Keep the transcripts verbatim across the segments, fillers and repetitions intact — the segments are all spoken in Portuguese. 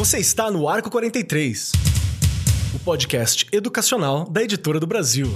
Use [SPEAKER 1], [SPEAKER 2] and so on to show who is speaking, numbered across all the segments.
[SPEAKER 1] Você está no Arco quarenta e três, o podcast educacional da Editora do Brasil.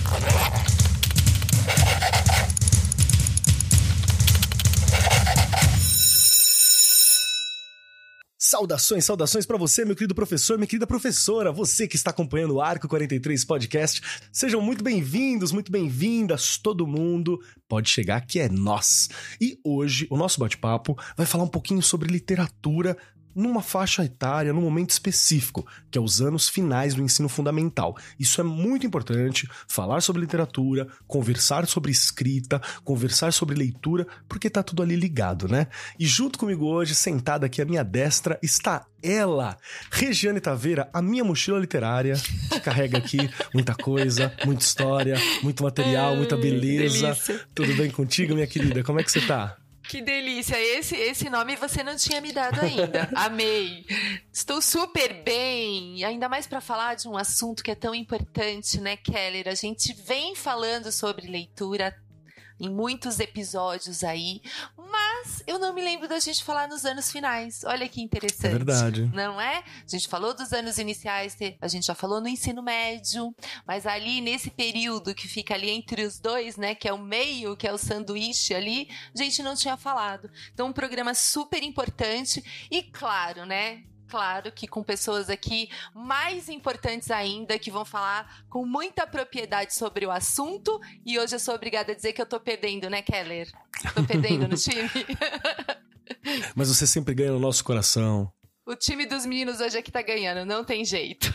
[SPEAKER 1] Saudações, saudações para você, meu querido professor, minha querida professora, você que está acompanhando o Arco quarenta e três Podcast. Sejam muito bem-vindos, muito bem-vindas, todo mundo pode chegar, que é nós. E hoje o nosso bate-papo vai falar um pouquinho sobre literatura numa faixa etária, num momento específico, que é os anos finais do ensino fundamental. Isso é muito importante, falar sobre literatura, conversar sobre escrita, conversar sobre leitura, porque tá tudo ali ligado, né? E junto comigo hoje, sentada aqui à minha destra, está ela, Regiane Taveira, a minha mochila literária, que carrega aqui muita coisa, muita história, muito material, muita beleza.
[SPEAKER 2] Delícia.
[SPEAKER 1] Tudo bem contigo, minha querida? Como é que você tá?
[SPEAKER 2] Que delícia, esse, esse nome você não tinha me dado ainda, amei, estou super bem, ainda mais para falar de um assunto que é tão importante, né, Keller? A gente vem falando sobre leitura em muitos episódios aí, mas eu não me lembro da gente falar nos anos finais. Olha que interessante.
[SPEAKER 1] É verdade.
[SPEAKER 2] Não é? A gente falou dos anos iniciais, a gente já falou no ensino médio, mas ali nesse período que fica ali entre os dois, né, que é o meio, que é o sanduíche ali, a gente não tinha falado. Então um programa super importante e claro, né, claro que com pessoas aqui mais importantes ainda, que vão falar com muita propriedade sobre o assunto. E hoje eu sou obrigada a dizer que eu tô perdendo, né, Keller? Tô perdendo no time.
[SPEAKER 1] Mas você sempre ganha no nosso coração.
[SPEAKER 2] O time dos meninos hoje é que tá ganhando, não tem jeito.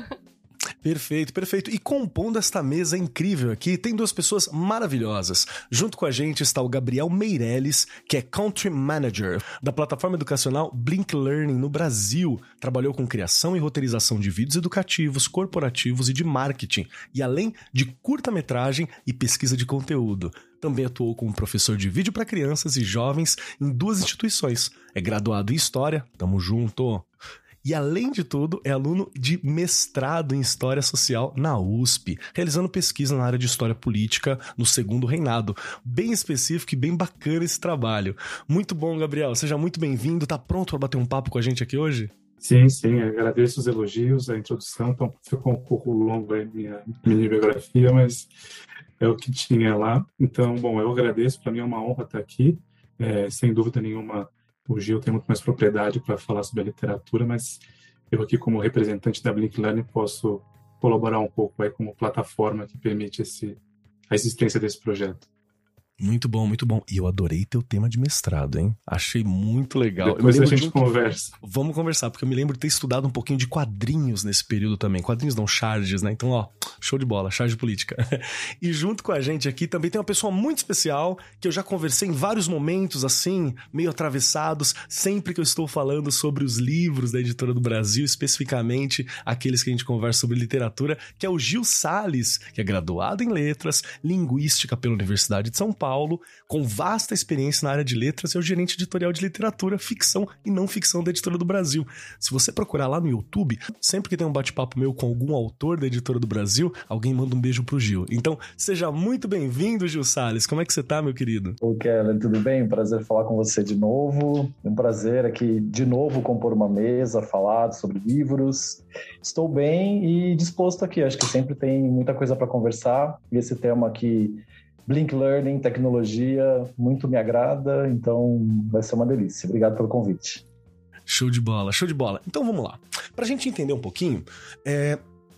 [SPEAKER 1] Perfeito, perfeito. E compondo esta mesa incrível aqui, tem duas pessoas maravilhosas. Junto com a gente está o Gabriel Meirelles, que é Country Manager da plataforma educacional Blink Learning no Brasil. Trabalhou com criação e roteirização de vídeos educativos, corporativos e de marketing. E além de curta-metragem e pesquisa de conteúdo. Também atuou como professor de vídeo para crianças e jovens em duas instituições. É graduado em História, tamo junto. E, além de tudo, é aluno de mestrado em História Social na U S P, realizando pesquisa na área de História Política no Segundo Reinado. Bem específico e bem bacana esse trabalho. Muito bom, Gabriel. Seja muito bem-vindo. Tá pronto para bater um papo com a gente aqui hoje?
[SPEAKER 3] Sim, sim. Agradeço os elogios, a introdução. Então, ficou um pouco longo a minha mini biografia, mas é o que tinha lá. Então, bom, eu agradeço. Para mim é uma honra estar aqui. É, sem dúvida nenhuma, o Gil tem muito mais propriedade para falar sobre a literatura, mas eu aqui, como representante da Blink Learning, posso colaborar um pouco aí como plataforma que permite esse, a existência desse projeto.
[SPEAKER 1] Muito bom, muito bom. E eu adorei teu tema de mestrado, hein? Achei muito legal.
[SPEAKER 3] Depois a gente
[SPEAKER 1] de um...
[SPEAKER 3] conversa.
[SPEAKER 1] Vamos conversar, porque eu me lembro de ter estudado um pouquinho de quadrinhos nesse período também. Quadrinhos não, charges, né? Então, ó, show de bola, charge política. E junto com a gente aqui também tem uma pessoa muito especial, que eu já conversei em vários momentos, assim, meio atravessados, sempre que eu estou falando sobre os livros da Editora do Brasil, especificamente aqueles que a gente conversa sobre literatura, que é o Gil Salles, que é graduado em Letras, Linguística pela Universidade de São Paulo, Paulo, com vasta experiência na área de letras, é o gerente editorial de literatura, ficção e não ficção da Editora do Brasil. Se você procurar lá no YouTube, sempre que tem um bate-papo meu com algum autor da Editora do Brasil, alguém manda um beijo pro Gil. Então, seja muito bem-vindo, Gil Salles. Como é que você tá, meu querido?
[SPEAKER 4] Oi, Keller, tudo bem? Prazer falar com você de novo. Um prazer aqui, de novo, compor uma mesa, falar sobre livros. Estou bem e disposto aqui. Acho que sempre tem muita coisa para conversar. E esse tema aqui, Blink Learning, tecnologia, muito me agrada, então vai ser uma delícia. Obrigado pelo convite.
[SPEAKER 1] Show de bola, show de bola. Então vamos lá. Pra gente entender um pouquinho, é...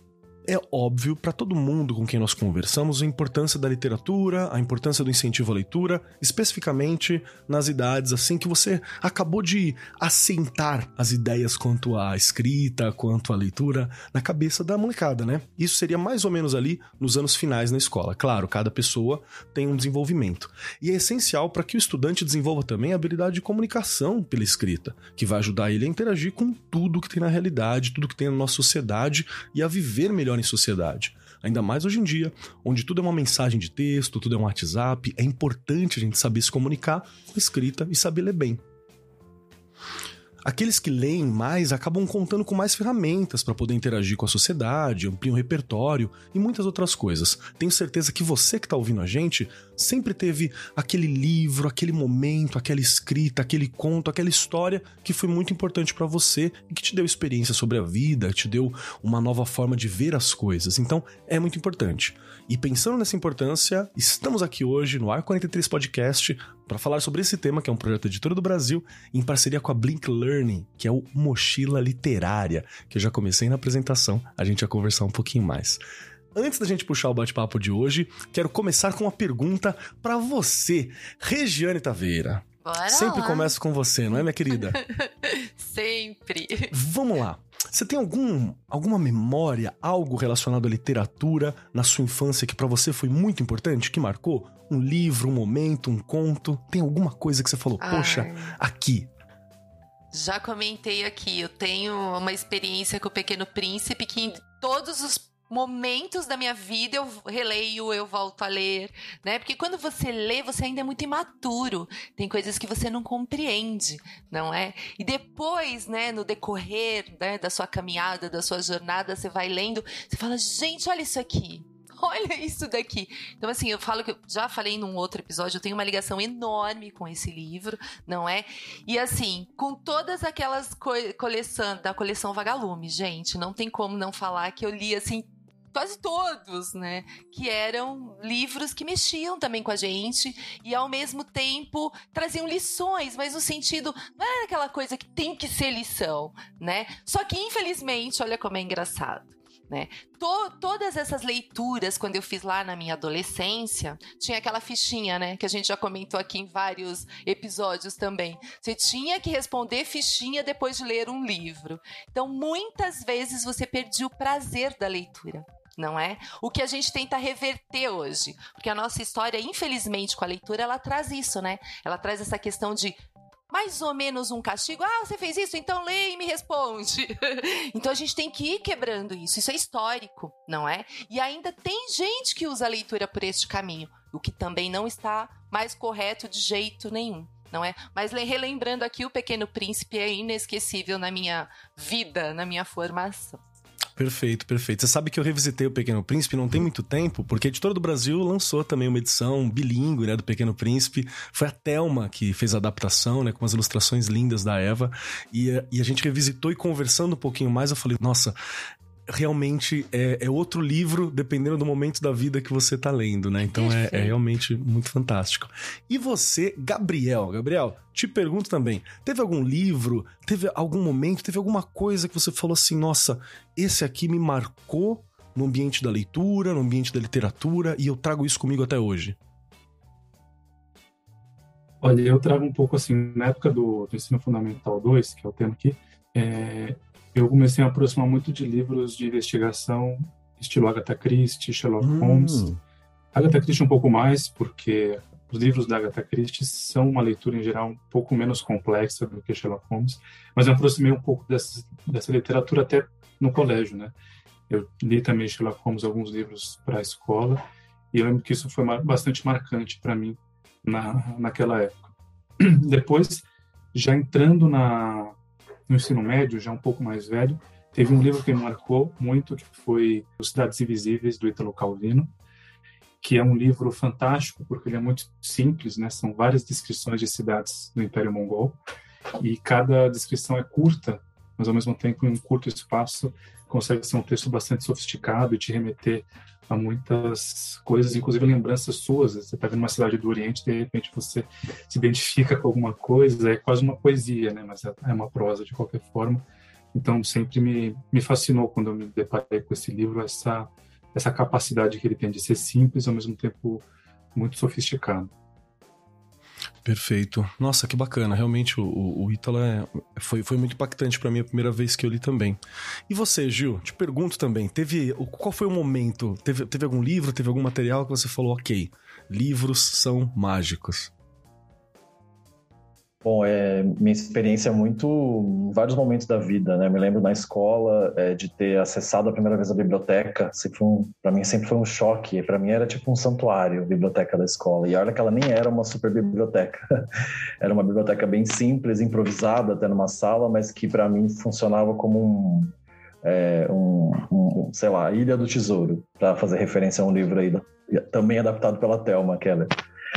[SPEAKER 1] É óbvio para todo mundo com quem nós conversamos a importância da literatura, a importância do incentivo à leitura, especificamente nas idades assim que você acabou de assentar as ideias quanto à escrita, quanto à leitura na cabeça da molecada, né? Isso seria mais ou menos ali nos anos finais na escola. Claro, cada pessoa tem um desenvolvimento. E é essencial para que o estudante desenvolva também a habilidade de comunicação pela escrita, que vai ajudar ele a interagir com tudo que tem na realidade, tudo que tem na nossa sociedade e a viver melhor em sociedade. Ainda mais hoje em dia, onde tudo é uma mensagem de texto, tudo é um WhatsApp, é importante a gente saber se comunicar com escrita e saber ler bem. aqueles que leem mais acabam contando com mais ferramentas para poder interagir com a sociedade, ampliam o repertório e muitas outras coisas. Tenho certeza que você que está ouvindo a gente sempre teve aquele livro, aquele momento, aquela escrita, aquele conto, aquela história que foi muito importante para você e que te deu experiência sobre a vida, te deu uma nova forma de ver as coisas. Então, é muito importante. E pensando nessa importância, estamos aqui hoje no Arco quarenta e três Podcast para falar sobre esse tema, que é um projeto Editora do Brasil, em parceria com a Blink Learning, que é o Mochila Literária, que eu já comecei na apresentação, a gente vai conversar um pouquinho mais. Antes da gente puxar o bate-papo de hoje, quero começar com uma pergunta para você, Regiane Taveira.
[SPEAKER 2] Bora
[SPEAKER 1] Sempre
[SPEAKER 2] lá.
[SPEAKER 1] Começo com você, não é, minha querida?
[SPEAKER 2] Sempre.
[SPEAKER 1] Vamos lá. Você tem algum, alguma memória, algo relacionado à literatura na sua infância que pra você foi muito importante, que marcou? Um livro, um momento, um conto? Tem alguma coisa que você falou, poxa,
[SPEAKER 2] Ai.
[SPEAKER 1] aqui?
[SPEAKER 2] Já comentei aqui, eu tenho uma experiência com o Pequeno Príncipe que em todos os momentos da minha vida eu releio, eu volto a ler, né? Porque quando você lê, você ainda é muito imaturo. Tem coisas que você não compreende, não é? E depois, né, no decorrer, né, da sua caminhada, da sua jornada, você vai lendo, você fala, gente, olha isso aqui. Olha isso daqui. Então, assim, eu falo que eu já falei num outro episódio, eu tenho uma ligação enorme com esse livro, não é? E, assim, com todas aquelas co- coleção, da coleção Vagalume, gente, não tem como não falar que eu li, assim, quase todos, né? Que eram livros que mexiam também com a gente e, ao mesmo tempo, traziam lições, mas no sentido, não era aquela coisa que tem que ser lição, né? Só que, infelizmente, olha como é engraçado. Né? To- todas essas leituras, quando eu fiz lá na minha adolescência, tinha aquela fichinha, né? Que a gente já comentou aqui em vários episódios também. Você tinha que responder fichinha depois de ler um livro. Então, muitas vezes você perdia o prazer da leitura. Não é? O que a gente tenta reverter hoje. Porque a nossa história, infelizmente, com a leitura, ela traz isso, né? Ela traz essa questão de mais ou menos um castigo. Ah, você fez isso? Então lê e me responde. Então a gente tem que ir quebrando isso. Isso é histórico, não é? E ainda tem gente que usa a leitura por este caminho, o que também não está mais correto de jeito nenhum, não é? Mas relembrando aqui, o Pequeno Príncipe é inesquecível na minha vida, na minha formação.
[SPEAKER 1] Perfeito, perfeito. Você sabe que eu revisitei o Pequeno Príncipe não tem muito tempo, porque a Editora do Brasil lançou também uma edição bilíngue, né, do Pequeno Príncipe. Foi a Thelma que fez a adaptação, né, com as ilustrações lindas da Eva. E, e a gente revisitou e conversando um pouquinho mais, eu falei, nossa, realmente é, é outro livro, dependendo do momento da vida que você tá lendo, né? Então é, é realmente muito fantástico. E você, Gabriel, Gabriel, te pergunto também, teve algum livro, teve algum momento, teve alguma coisa que você falou assim, nossa, esse aqui me marcou no ambiente da leitura, no ambiente da literatura, e eu trago isso comigo até hoje?
[SPEAKER 3] Olha, eu trago um pouco assim, na época do, do Ensino Fundamental dois, que é o tema aqui, é, eu comecei a aproximar muito de livros de investigação, estilo Agatha Christie, Sherlock
[SPEAKER 1] Hum.
[SPEAKER 3] Holmes. Agatha Christie um pouco mais, porque os livros da Agatha Christie são uma leitura, em geral, um pouco menos complexa do que Sherlock Holmes, mas eu aproximei um pouco dessa, dessa literatura até no colégio, né? Eu li também Sherlock Holmes, alguns livros para a escola, e eu lembro que isso foi mar- bastante marcante para mim na, naquela época. Depois, já entrando na, no ensino médio, já um pouco mais velho, teve um livro que me marcou muito, que foi Os Cidades Invisíveis, do Ítalo Calvino, que é um livro fantástico, porque ele é muito simples, né? São várias descrições de cidades do Império Mongol, e cada descrição é curta, mas ao mesmo tempo, em um curto espaço, consegue ser um texto bastante sofisticado e te remeter a muitas coisas, inclusive lembranças suas. Você está vendo uma cidade do Oriente, de repente você se identifica com alguma coisa, é quase uma poesia, né? Mas é uma prosa de qualquer forma. Então, sempre me, me fascinou quando eu me deparei com esse livro, essa, essa capacidade que ele tem de ser simples, ao mesmo tempo muito sofisticado.
[SPEAKER 1] Perfeito. Nossa, que bacana. Realmente, o, o Ítalo é, foi, foi muito impactante pra mim a primeira vez que eu li também. E você, Gil? Te pergunto também, teve, qual foi o momento? Teve, teve algum livro, teve algum material que você falou, ok, livros são mágicos?
[SPEAKER 4] Bom, é, minha experiência é muito em vários momentos da vida, né? Me lembro na escola é, de ter acessado a primeira vez a biblioteca. Um, para mim sempre foi um choque. Para mim era tipo um santuário, a biblioteca da escola. E olha que ela nem era uma super biblioteca. Era uma biblioteca bem simples, improvisada até numa sala, mas que para mim funcionava como um, é, um, um, sei lá, Ilha do Tesouro, para fazer referência a um livro aí, também adaptado pela Thelma Keller.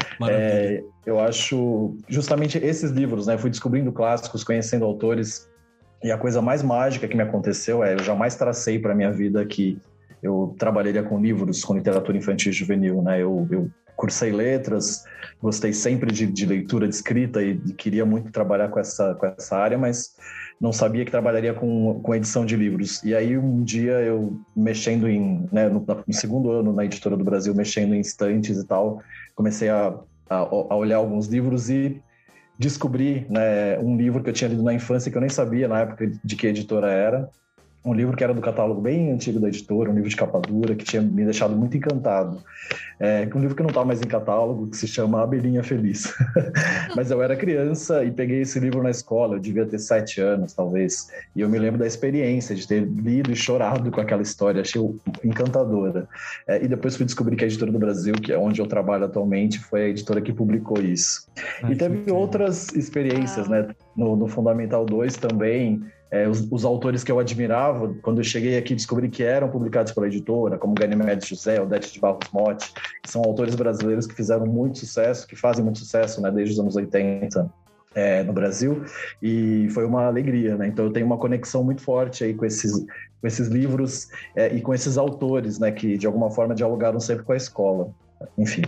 [SPEAKER 4] É, eu acho justamente esses livros, né? Eu fui descobrindo clássicos, conhecendo autores, e a coisa mais mágica que me aconteceu é eu jamais tracei para minha vida que eu trabalharia com livros, com literatura infantil e juvenil, né? Eu, eu cursei letras, gostei sempre de, de leitura, de escrita e, e queria muito trabalhar com essa, com essa área, mas não sabia que trabalharia com, com edição de livros. E aí um dia eu mexendo em, né, no, no segundo ano na Editora do Brasil, mexendo em estantes e tal, comecei a, a, a olhar alguns livros e descobri, né, um livro que eu tinha lido na infância que eu nem sabia na época de que editora era. Um livro que era do catálogo bem antigo da editora, um livro de capa dura, que tinha me deixado muito encantado. É, um livro que não está mais em catálogo, que se chama Abelhinha Feliz. Mas eu era criança e peguei esse livro na escola, eu devia ter sete anos, talvez. E eu me lembro da experiência de ter lido e chorado com aquela história, achei encantadora. É, e depois fui descobrir que a Editora do Brasil, que é onde eu trabalho atualmente, foi a editora que publicou isso. Ai, e teve outras experiências, ah. né? No, no Fundamental dois também. É, os, os autores que eu admirava, quando eu cheguei aqui, descobri que eram publicados pela editora, como Ganimedes José, Odete de Barros Motti, que são autores brasileiros que fizeram muito sucesso, que fazem muito sucesso, né, desde os anos oitenta é, no Brasil, e foi uma alegria, né? Então eu tenho uma conexão muito forte aí com esses, com esses livros é, e com esses autores, né, que de alguma forma dialogaram sempre com a escola. Enfim.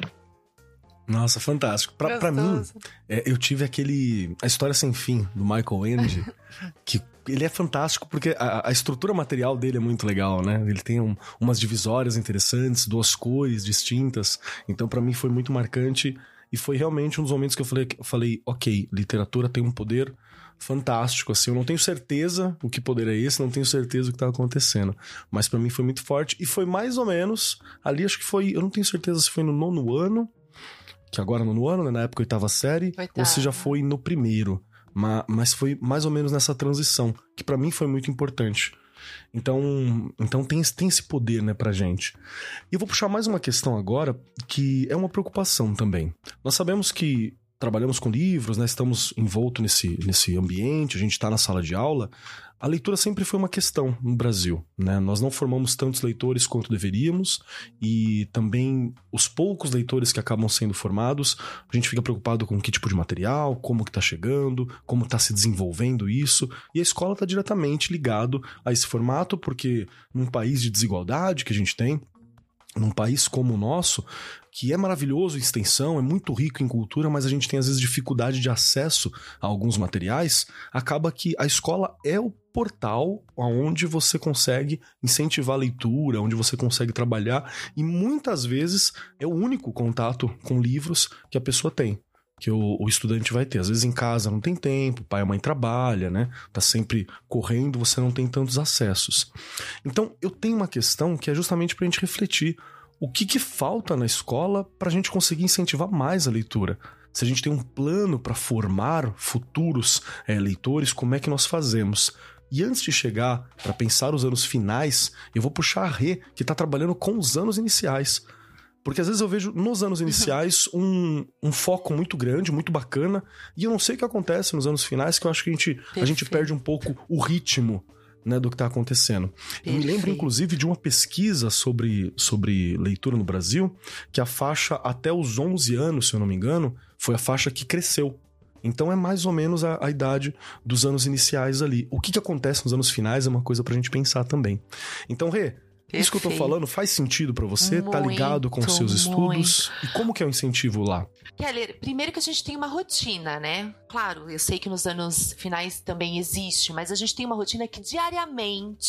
[SPEAKER 1] Nossa, fantástico. Pra, pra mim, é, eu tive aquele... A História Sem Fim, do Michael Ende, que ele é fantástico porque a, a estrutura material dele é muito legal, né? Ele tem um, umas divisórias interessantes, duas cores distintas. Então, pra mim, foi muito marcante. E foi realmente um dos momentos que eu falei, eu falei ok, literatura tem um poder fantástico, assim. Eu não tenho certeza o que poder é esse, não tenho certeza o que tá acontecendo. Mas pra mim foi muito forte. E foi mais ou menos... Ali, acho que foi... Eu não tenho certeza se foi no nono ano... que agora no ano, né, na época oitava série, Coitado. Ou se já foi no primeiro. Mas, mas foi mais ou menos nessa transição, que pra mim foi muito importante. Então, então tem, tem esse poder, né, pra gente. E eu vou puxar mais uma questão agora, que é uma preocupação também. Nós sabemos que trabalhamos com livros, né, estamos envoltos nesse, nesse ambiente, a gente tá na sala de aula. A leitura sempre foi uma questão no Brasil, né? Nós não formamos tantos leitores quanto deveríamos e também os poucos leitores que acabam sendo formados, a gente fica preocupado com que tipo de material, como que tá chegando, como tá se desenvolvendo isso, e a escola tá diretamente ligado a esse formato, porque num país de desigualdade que a gente tem, num país como o nosso, que é maravilhoso em extensão, é muito rico em cultura, mas a gente tem às vezes dificuldade de acesso a alguns materiais, acaba que a escola é o portal onde você consegue incentivar a leitura, onde você consegue trabalhar, e muitas vezes é o único contato com livros que a pessoa tem, que o, o estudante vai ter. Às vezes em casa não tem tempo, pai e mãe trabalha, né? Tá sempre correndo, você não tem tantos acessos. Então, eu tenho uma questão que é justamente pra gente refletir o que que falta na escola pra gente conseguir incentivar mais a leitura. Se a gente tem um plano para formar futuros é, leitores, como é que nós fazemos? E antes de chegar para pensar os anos finais, eu vou puxar a Rê, que tá trabalhando com os anos iniciais. Porque às vezes eu vejo nos anos iniciais um, um foco muito grande, muito bacana, e eu não sei o que acontece nos anos finais, que eu acho que a gente, a gente perde um pouco o ritmo, né, do que está acontecendo. Perfeito. Eu me lembro, inclusive, de uma pesquisa sobre, sobre leitura no Brasil, que a faixa até os onze anos, se eu não me engano, foi a faixa que cresceu. Então é mais ou menos a, a idade dos anos iniciais ali. O que, que acontece nos anos finais é uma coisa pra gente pensar também. Então, Rê, Perfeito. Isso que eu tô falando faz sentido pra você? Muito, tá ligado com os seus estudos? Muito. E como que é o incentivo lá?
[SPEAKER 2] Keller, primeiro que a gente tem uma rotina, né? Claro, eu sei que nos anos finais também existe, mas a gente tem uma rotina que diariamente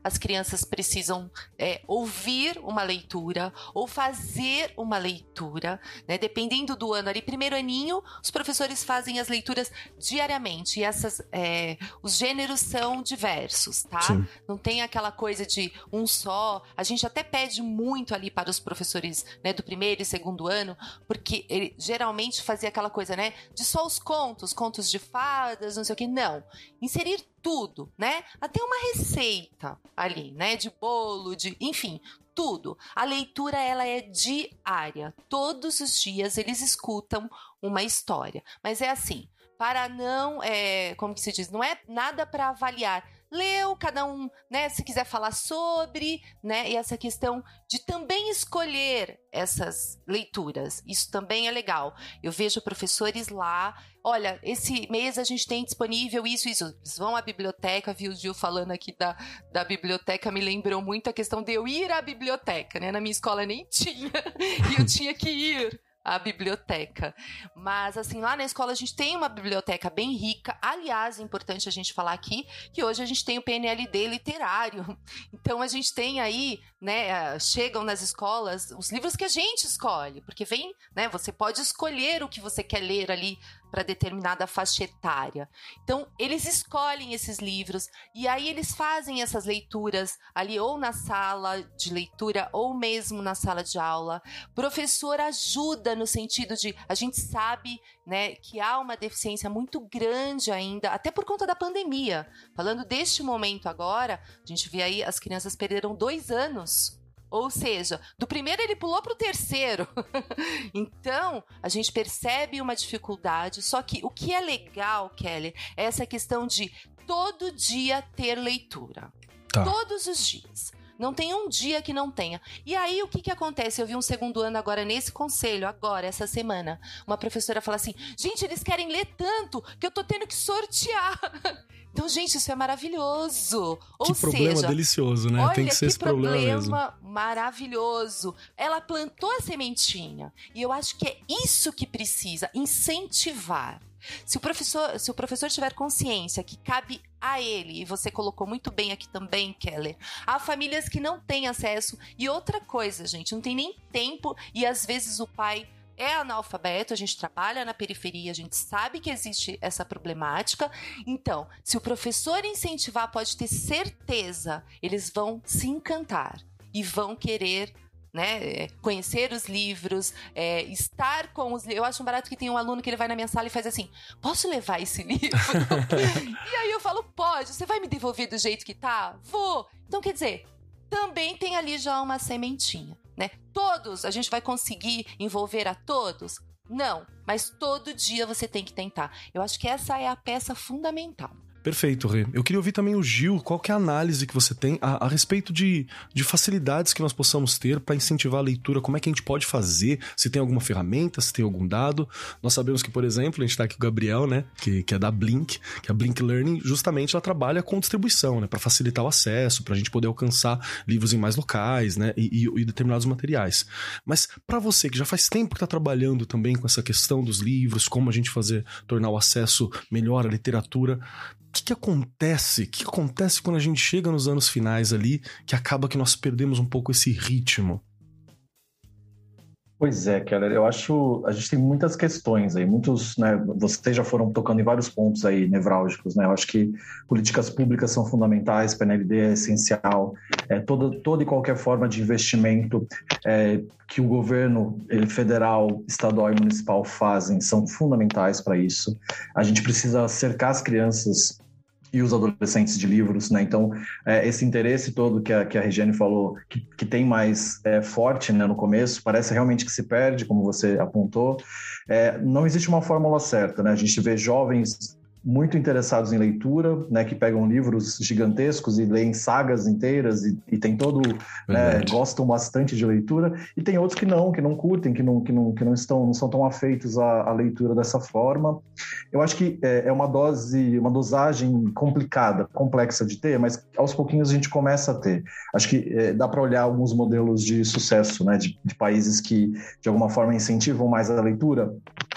[SPEAKER 2] as crianças precisam é, ouvir uma leitura ou fazer uma leitura, né? Dependendo do ano ali, primeiro aninho, os professores fazem as leituras diariamente e essas, é, os gêneros são diversos, tá?
[SPEAKER 1] Sim.
[SPEAKER 2] Não tem aquela coisa de um só. A gente até pede muito ali para os professores, né, do primeiro e segundo ano, porque ele geralmente fazia aquela coisa, né, de só os contos, contos de fadas, não sei o que. Não. Inserir tudo, né? Até uma receita ali, né? De bolo, de... enfim, tudo. A leitura, ela é diária. Todos os dias eles escutam uma história. Mas é assim, para não... É, como que se diz? Não é nada para avaliar. Leu, cada um, né, se quiser falar sobre, né, e essa questão de também escolher essas leituras, isso também é legal. Eu vejo professores lá, olha, esse mês a gente tem disponível isso, isso, eles vão à biblioteca, viu o Gil falando aqui da, da biblioteca, me lembrou muito a questão de eu ir à biblioteca, né, na minha escola nem tinha, e eu tinha que ir a biblioteca. Mas, assim, lá na escola a gente tem uma biblioteca bem rica. Aliás, é importante a gente falar aqui que hoje a gente tem o P N L D literário. Então, a gente tem aí, né, chegam nas escolas os livros que a gente escolhe, porque vem, né, você pode escolher o que você quer ler ali para determinada faixa etária. Então, eles escolhem esses livros e aí eles fazem essas leituras ali ou na sala de leitura ou mesmo na sala de aula. O professor ajuda no sentido de, a gente sabe, né, que há uma deficiência muito grande ainda, até por conta da pandemia. Falando deste momento agora, a gente vê aí, as crianças perderam dois anos. Ou seja, do primeiro ele pulou para o terceiro. Então, a gente percebe uma dificuldade. Só que o que é legal, Kelly, é essa questão de todo dia ter leitura. Tá. Todos os dias. Não tem um dia que não tenha. E aí, o que que acontece? Eu vi um segundo ano agora nesse conselho, agora, essa semana. Uma professora fala assim, gente, eles querem ler tanto que eu tô tendo que sortear. Então, gente, isso é maravilhoso. Ou
[SPEAKER 1] que problema
[SPEAKER 2] seja,
[SPEAKER 1] delicioso, né?
[SPEAKER 2] Olha,
[SPEAKER 1] tem que ser esse problema mesmo.
[SPEAKER 2] problema maravilhoso. Ela plantou a sementinha. E eu acho que é isso que precisa, incentivar. Se o professor, se o professor tiver consciência que cabe a ele, e você colocou muito bem aqui também, Keller, há famílias que não têm acesso. E outra coisa, gente, não tem nem tempo e às vezes o pai é analfabeto, a gente trabalha na periferia, a gente sabe que existe essa problemática. Então, se o professor incentivar, pode ter certeza, eles vão se encantar e vão querer, né, conhecer os livros, é, estar com os livros. Eu acho um barato que tem um aluno que ele vai na minha sala e faz assim, posso levar esse livro? E aí eu falo, pode, você vai me devolver do jeito que tá? Vou! Então, quer dizer, também tem ali já uma sementinha, né? Todos, a gente vai conseguir envolver a todos? Não, mas todo dia você tem que tentar. Eu acho que essa é a peça fundamental.
[SPEAKER 1] Perfeito, Rê. Eu queria ouvir também o Gil, qual que é a análise que você tem a, a respeito de, de facilidades que nós possamos ter para incentivar a leitura, como é que a gente pode fazer, se tem alguma ferramenta, se tem algum dado. Nós sabemos que, por exemplo, a gente está aqui com o Gabriel, né, que, que é da Blink, que a Blink Learning, justamente ela trabalha com distribuição, né, para facilitar o acesso, para a gente poder alcançar livros em mais locais, né, e, e, e determinados materiais. Mas para você, que já faz tempo que está trabalhando também com essa questão dos livros, como a gente fazer, tornar o acesso melhor à literatura, o que, que acontece? O que, que acontece quando a gente chega nos anos finais ali, que acaba que nós perdemos um pouco esse ritmo?
[SPEAKER 4] Pois é, Keller, eu acho, a gente tem muitas questões aí, muitos, né, vocês já foram tocando em vários pontos aí nevrálgicos, né, eu acho que políticas públicas são fundamentais, P N L D é essencial, é, toda, toda e qualquer forma de investimento é, que o governo federal, estadual e municipal fazem são fundamentais para isso. A gente precisa cercar as crianças e os adolescentes de livros, né? Então, é, esse interesse todo que a, que a Regiane falou, que, que tem mais é, forte, né, no começo, parece realmente que se perde, como você apontou. É, não existe uma fórmula certa, né? A gente vê jovens muito interessados em leitura, né, que pegam livros gigantescos e leem sagas inteiras e, e tem todo, né, gostam bastante de leitura, e tem outros que não, que não curtem, que não, que não, que não estão, não são tão afeitos à, à leitura dessa forma. Eu acho que é, é uma dose, uma dosagem complicada, complexa de ter, mas aos pouquinhos a gente começa a ter. Acho que é, dá para olhar alguns modelos de sucesso, né, de, de países que de alguma forma incentivam mais a leitura.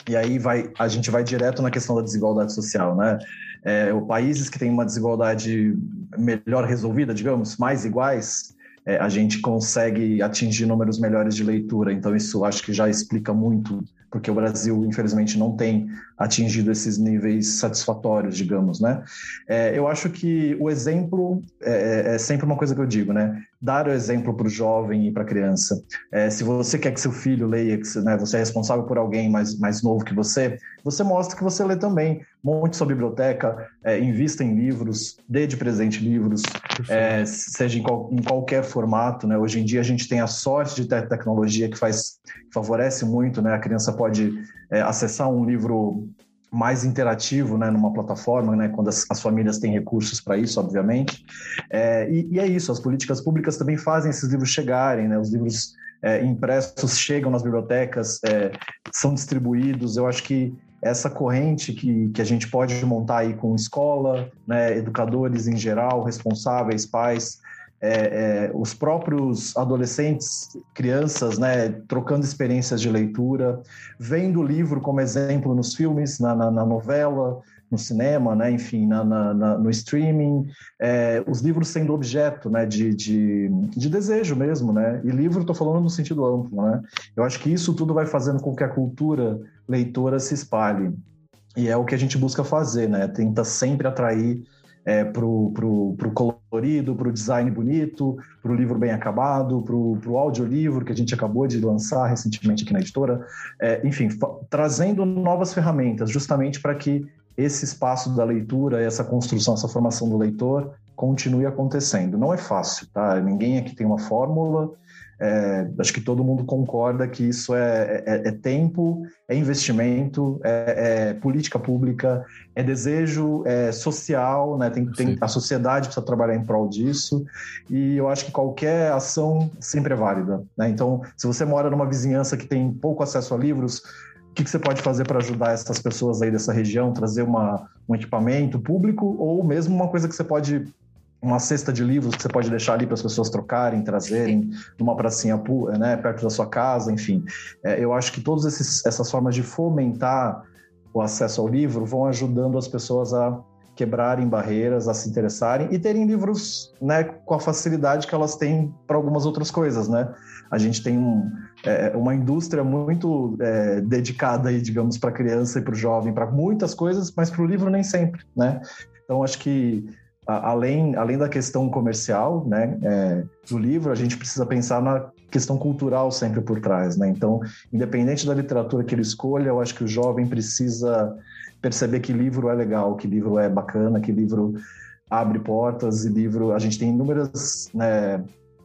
[SPEAKER 4] e aí vai, a gente vai direto na questão da desigualdade social, né? É, países que têm uma desigualdade melhor resolvida, digamos, mais iguais, é, a gente consegue atingir números melhores de leitura. Então isso acho que já explica muito, porque o Brasil, infelizmente, não tem atingido esses níveis satisfatórios, digamos, né? É, eu acho que o exemplo é, é sempre uma coisa que eu digo, né? Dar o exemplo para o jovem e para a criança. É, se você quer que seu filho leia, que, né, você é responsável por alguém mais, mais novo que você, você mostra que você lê também. Monte sua biblioteca, é, invista em livros, dê de presente livros, é, seja em, qual, em qualquer formato, né? Hoje em dia a gente tem a sorte de ter tecnologia que faz, favorece muito, né? A criança pode é, acessar um livro mais interativo, né, numa plataforma, né, quando as, as famílias têm recursos para isso, obviamente. É, e, e é isso, as políticas públicas também fazem esses livros chegarem, né, os livros é, impressos chegam nas bibliotecas, é, são distribuídos. Eu acho que essa corrente que, que a gente pode montar aí com escola, né, educadores em geral, responsáveis, pais, É, é, os próprios adolescentes, crianças, né, trocando experiências de leitura, vendo o livro como exemplo nos filmes, na, na, na novela, no cinema, né, enfim, na, na, na, no streaming, é, os livros sendo objeto, né, de, de, de desejo mesmo, né, e livro estou falando no sentido amplo, né, eu acho que isso tudo vai fazendo com que a cultura leitora se espalhe, e é o que a gente busca fazer, né, tenta sempre atrair É, pro, pro, pro colorido, pro design bonito, pro livro bem acabado, pro, pro audiolivro que a gente acabou de lançar recentemente aqui na editora, é, enfim, trazendo novas ferramentas justamente para que esse espaço da leitura, essa construção, essa formação do leitor continue acontecendo. Não é fácil, tá? Ninguém aqui tem uma fórmula. É, acho que todo mundo concorda que isso é, é, é tempo, é investimento, é, é política pública, é desejo é social, né? tem, tem, a sociedade precisa trabalhar em prol disso, e eu acho que qualquer ação sempre é válida, né? Então, se você mora numa vizinhança que tem pouco acesso a livros, o que, que você pode fazer para ajudar essas pessoas aí dessa região, trazer uma, um equipamento público, ou mesmo uma coisa que você pode... uma cesta de livros que você pode deixar ali para as pessoas trocarem, trazerem numa pracinha, né, perto da sua casa, enfim. É, eu acho que todas essas formas de fomentar o acesso ao livro vão ajudando as pessoas a quebrarem barreiras, a se interessarem e terem livros, né, com a facilidade que elas têm para algumas outras coisas, né? A gente tem um, é, uma indústria muito é, dedicada, aí, digamos, para a criança e para o jovem, para muitas coisas, mas para o livro nem sempre, né? Então, acho que Além, além da questão comercial, né, é, do livro, a gente precisa pensar na questão cultural sempre por trás, né? Então, independente da literatura que ele escolha, eu acho que o jovem precisa perceber que livro é legal, que livro é bacana, que livro abre portas, e livro... A gente tem inúmeras, né,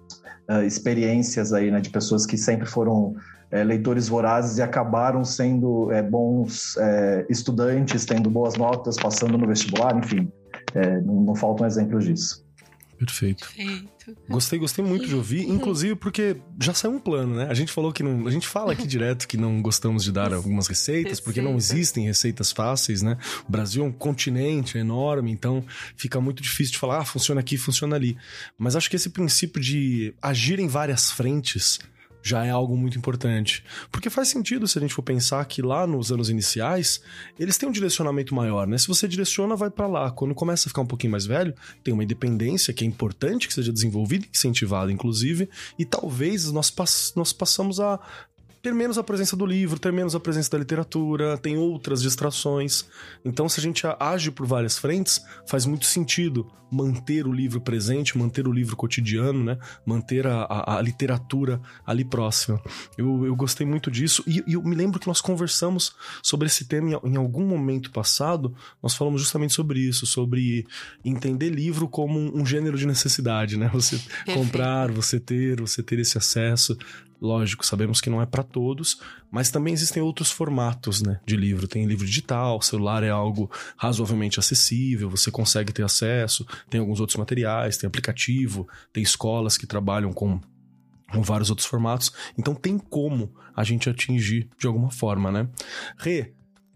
[SPEAKER 4] experiências aí, né, de pessoas que sempre foram é, leitores vorazes e acabaram sendo é, bons é, estudantes, tendo boas notas, passando no vestibular, enfim. É, não, não faltam exemplos disso.
[SPEAKER 1] Perfeito. Perfeito. Gostei, gostei muito de ouvir, inclusive porque já saiu um plano, né? A gente falou que não. A gente fala aqui direto que não gostamos de dar algumas receitas, Receita. porque não existem receitas fáceis, né? O Brasil é um continente enorme, então fica muito difícil de falar, ah, funciona aqui, funciona ali. Mas acho que esse princípio de agir em várias frentes já é algo muito importante. Porque faz sentido se a gente for pensar que lá nos anos iniciais, eles têm um direcionamento maior, né? Se você direciona, vai pra lá. Quando começa a ficar um pouquinho mais velho, tem uma independência que é importante que seja desenvolvida, incentivada, inclusive, e talvez nós, pass- nós passamos a ter menos a presença do livro, ter menos a presença da literatura, tem outras distrações. Então, se a gente age por várias frentes, faz muito sentido manter o livro presente, manter o livro cotidiano, né? Manter a, a, a literatura ali próxima. Eu, eu gostei muito disso, e, e eu me lembro que nós conversamos sobre esse tema em, em algum momento passado, nós falamos justamente sobre isso, sobre entender livro como um, um gênero de necessidade, né? Você Perfeito. comprar, você ter, você ter esse acesso. Lógico, sabemos que não é para todos, mas também existem outros formatos, né, de livro. Tem livro digital, celular é algo razoavelmente acessível, você consegue ter acesso, tem alguns outros materiais, tem aplicativo, tem escolas que trabalham com, com vários outros formatos. Então tem como a gente atingir de alguma forma, né? Rê,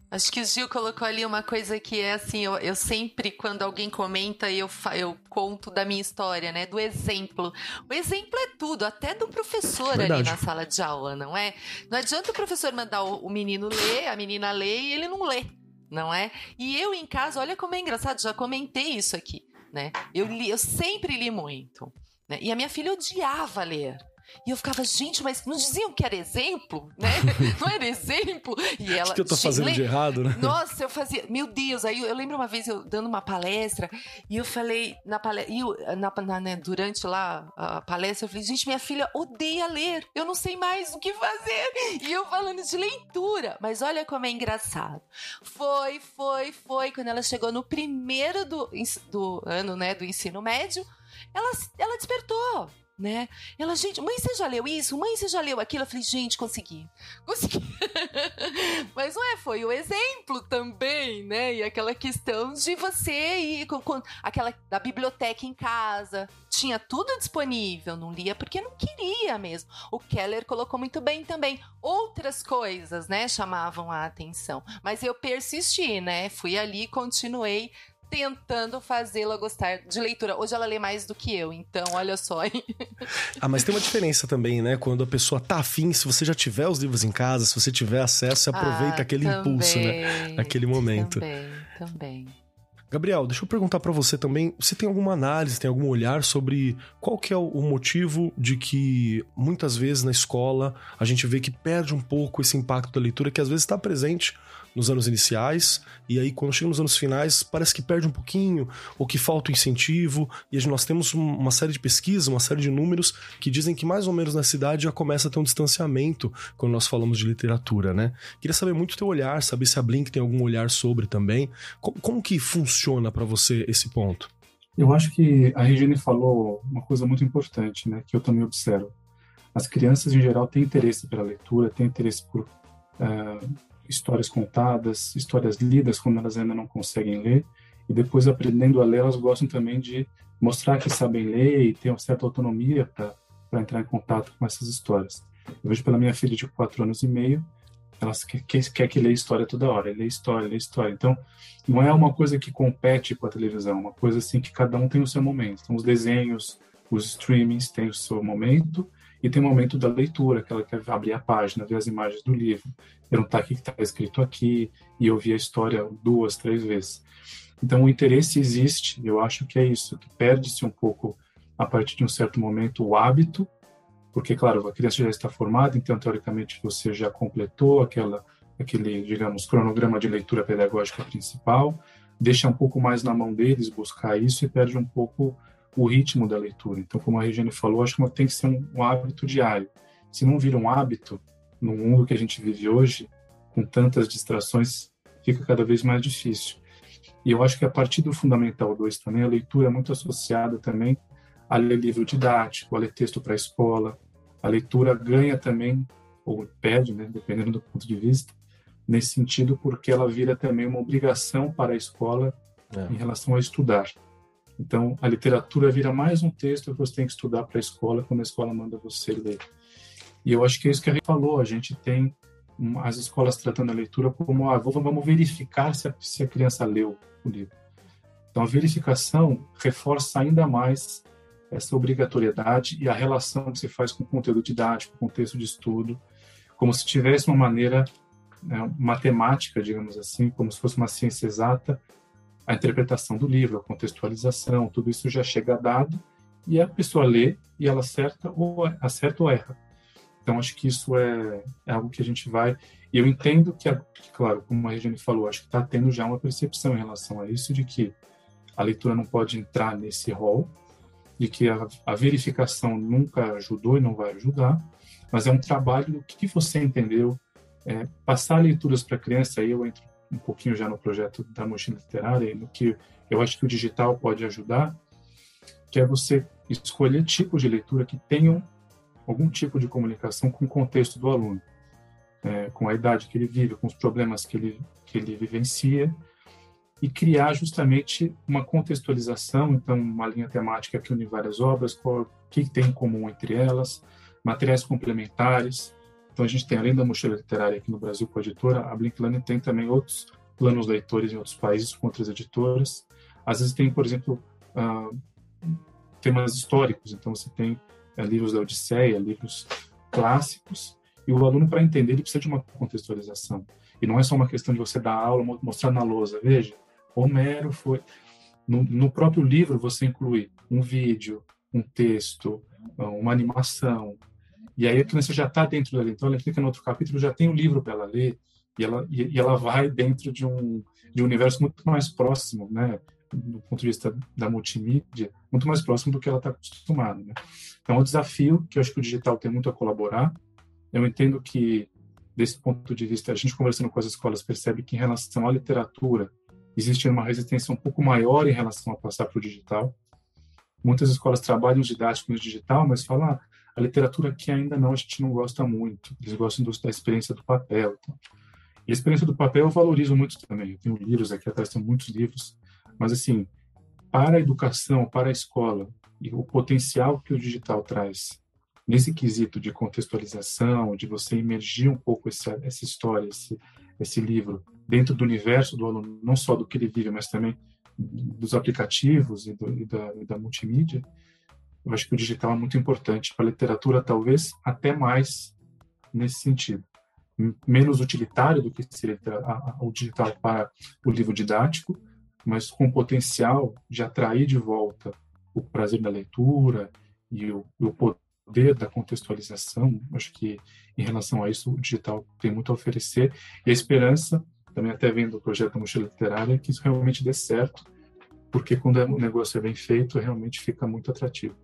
[SPEAKER 2] Acho que o Gil colocou ali uma coisa que é assim, eu, eu sempre, quando alguém comenta, eu, eu conto da minha história, né? Do exemplo. O exemplo é tudo, até do professor
[SPEAKER 1] Verdade.
[SPEAKER 2] ali na sala de aula, não é? Não adianta o professor mandar o, o menino ler, a menina ler e ele não lê, não é? E eu em casa, olha como é engraçado, já comentei isso aqui, né? Eu, li, eu sempre li muito, né? E a minha filha odiava ler. E eu ficava, gente, mas não diziam que era exemplo, né? Não era exemplo. E ela,
[SPEAKER 1] o que eu tô fazendo de errado, né?
[SPEAKER 2] Nossa, eu fazia, meu Deus, aí eu, eu lembro uma vez eu dando uma palestra e eu falei, na palestra, na, na, né, durante lá a palestra, eu falei, gente, minha filha odeia ler, eu não sei mais o que fazer. E eu falando de leitura, mas olha como é engraçado. Foi, foi, foi, quando ela chegou no primeiro do, do ano, né, do ensino médio, ela, ela despertou. Né? Ela, gente, mãe, você já leu isso? Mãe, você já leu aquilo? Eu falei, gente, consegui. Consegui. Mas não é, foi o exemplo também, né? E aquela questão de você ir com, com aquela da biblioteca em casa. Tinha tudo disponível, não lia porque não queria mesmo. O Keller colocou muito bem também. Outras coisas, né, chamavam a atenção. Mas eu persisti, né? Fui ali e continuei tentando fazê-la gostar de leitura. Hoje ela lê mais do que eu, então olha só.
[SPEAKER 1] Ah, mas tem uma diferença também, né? Quando a pessoa tá afim, se você já tiver os livros em casa, se você tiver acesso, você aproveita ah, aquele também, impulso, né? Naquele momento.
[SPEAKER 2] Também, também.
[SPEAKER 1] Gabriel, deixa eu perguntar pra você também, você tem alguma análise, tem algum olhar sobre qual que é o motivo de que muitas vezes na escola a gente vê que perde um pouco esse impacto da leitura, que às vezes está presente nos anos iniciais, e aí quando chega nos anos finais parece que perde um pouquinho, ou que falta o incentivo, e nós temos uma série de pesquisas, uma série de números que dizem que mais ou menos nessa idade já começa a ter um distanciamento quando nós falamos de literatura, né? Queria saber muito o teu olhar, saber se a Blink tem algum olhar sobre também. Como, como que funciona para você esse ponto?
[SPEAKER 3] Eu acho que a Regiane falou uma coisa muito importante, né, que eu também observo. As crianças, em geral, têm interesse pela leitura, têm interesse por uh, histórias contadas, histórias lidas quando elas ainda não conseguem ler, e depois, aprendendo a ler, elas gostam também de mostrar que sabem ler e ter uma certa autonomia para entrar em contato com essas histórias. Eu vejo pela minha filha de quatro anos e meio, ela quer, quer, quer que lê história toda hora, lê história, lê história. Então, não é uma coisa que compete com a televisão, uma coisa assim que cada um tem o seu momento. Então, os desenhos, os streamings têm o seu momento, e tem o momento da leitura, que ela quer abrir a página, ver as imagens do livro, perguntar o que está escrito aqui, e ouvir a história duas, três vezes. Então, o interesse existe, eu acho que é isso, que perde-se um pouco, a partir de um certo momento, o hábito, porque, claro, a criança já está formada, então, teoricamente, você já completou aquela, aquele, digamos, cronograma de leitura pedagógica principal, deixa um pouco mais na mão deles buscar isso e perde um pouco o ritmo da leitura. Então, como a Regiane falou, acho que tem que ser um, um hábito diário. Se não vira um hábito, no mundo que a gente vive hoje, com tantas distrações, fica cada vez mais difícil. E eu acho que a partir do Fundamental dois também, a leitura é muito associada também a ler livro didático, a ler texto para a escola. A leitura ganha também, ou perde, né, dependendo do ponto de vista, nesse sentido, porque ela vira também uma obrigação para a escola é. em relação a estudar. Então, a literatura vira mais um texto que você tem que estudar para a escola, quando a escola manda você ler. E eu acho que é isso que a gente falou, a gente tem as escolas tratando a leitura como, ah, vamos verificar se a, se a criança leu o livro. Então, a verificação reforça ainda mais essa obrigatoriedade e a relação que se faz com o conteúdo didático, com o texto de estudo, como se tivesse uma maneira, né, matemática, digamos assim, como se fosse uma ciência exata, a interpretação do livro, a contextualização, tudo isso já chega dado e a pessoa lê e ela acerta ou, acerta ou erra. Então, acho que isso é, é algo que a gente vai... E eu entendo que, a, que, claro, como a Regiane falou, acho que está tendo já uma percepção em relação a isso, de que a leitura não pode entrar nesse rol, de que a, a verificação nunca ajudou e não vai ajudar, mas é um trabalho do que você entendeu, é, passar leituras para a criança, aí eu entro um pouquinho já no projeto da mochila literária, no que eu acho que o digital pode ajudar, que é você escolher tipos de leitura que tenham algum tipo de comunicação com o contexto do aluno, é, com a idade que ele vive, com os problemas que ele, que ele vivencia, e criar justamente uma contextualização, então uma linha temática que une várias obras, qual, o que tem em comum entre elas, materiais complementares, Então a gente tem, além da mochila literária aqui no Brasil com a editora, a Blink Learning tem também outros planos leitores em outros países com outras editoras. Às vezes tem, por exemplo, uh, temas históricos, então você tem uh, livros da Odisseia, livros clássicos, e o aluno, para entender, ele precisa de uma contextualização. E não é só uma questão de você dar aula, mostrar na lousa. Veja, Homero foi... No, no próprio livro você inclui um vídeo, um texto, uma animação, e aí a criança já está dentro dali. Então ela clica no outro capítulo, já tem um livro para ela ler, e ela, e, e ela vai dentro de um, de um universo muito mais próximo, né, do ponto de vista da multimídia, muito mais próximo do que ela está acostumada. Né? Então é um desafio que eu acho que o digital tem muito a colaborar. Eu entendo que, desse ponto de vista, a gente conversando com as escolas percebe que em relação à literatura existe uma resistência um pouco maior em relação a passar para o digital. Muitas escolas trabalham os didáticos no digital, mas falam, ah, a literatura aqui ainda não, a gente não gosta muito. Eles gostam do, da experiência do papel. Então. E a experiência do papel eu valorizo muito também. Eu tenho livros aqui atrás, tem muitos livros. Mas, assim, para a educação, para a escola, e o potencial que o digital traz nesse quesito de contextualização, de você imergir um pouco essa, essa história, esse, esse livro, dentro do universo do aluno, não só do que ele vive, mas também dos aplicativos e, do, e, da, e da multimídia, eu acho que o digital é muito importante. Para a literatura, talvez, até mais nesse sentido. Menos utilitário do que seria o digital para o livro didático, mas com potencial de atrair de volta o prazer da leitura e o, o poder da contextualização. Acho que, em relação a isso, o digital tem muito a oferecer. E a esperança, também até vendo o projeto da Mochila Literária, é que isso realmente dê certo, porque quando o negócio é bem feito, realmente fica muito atrativo.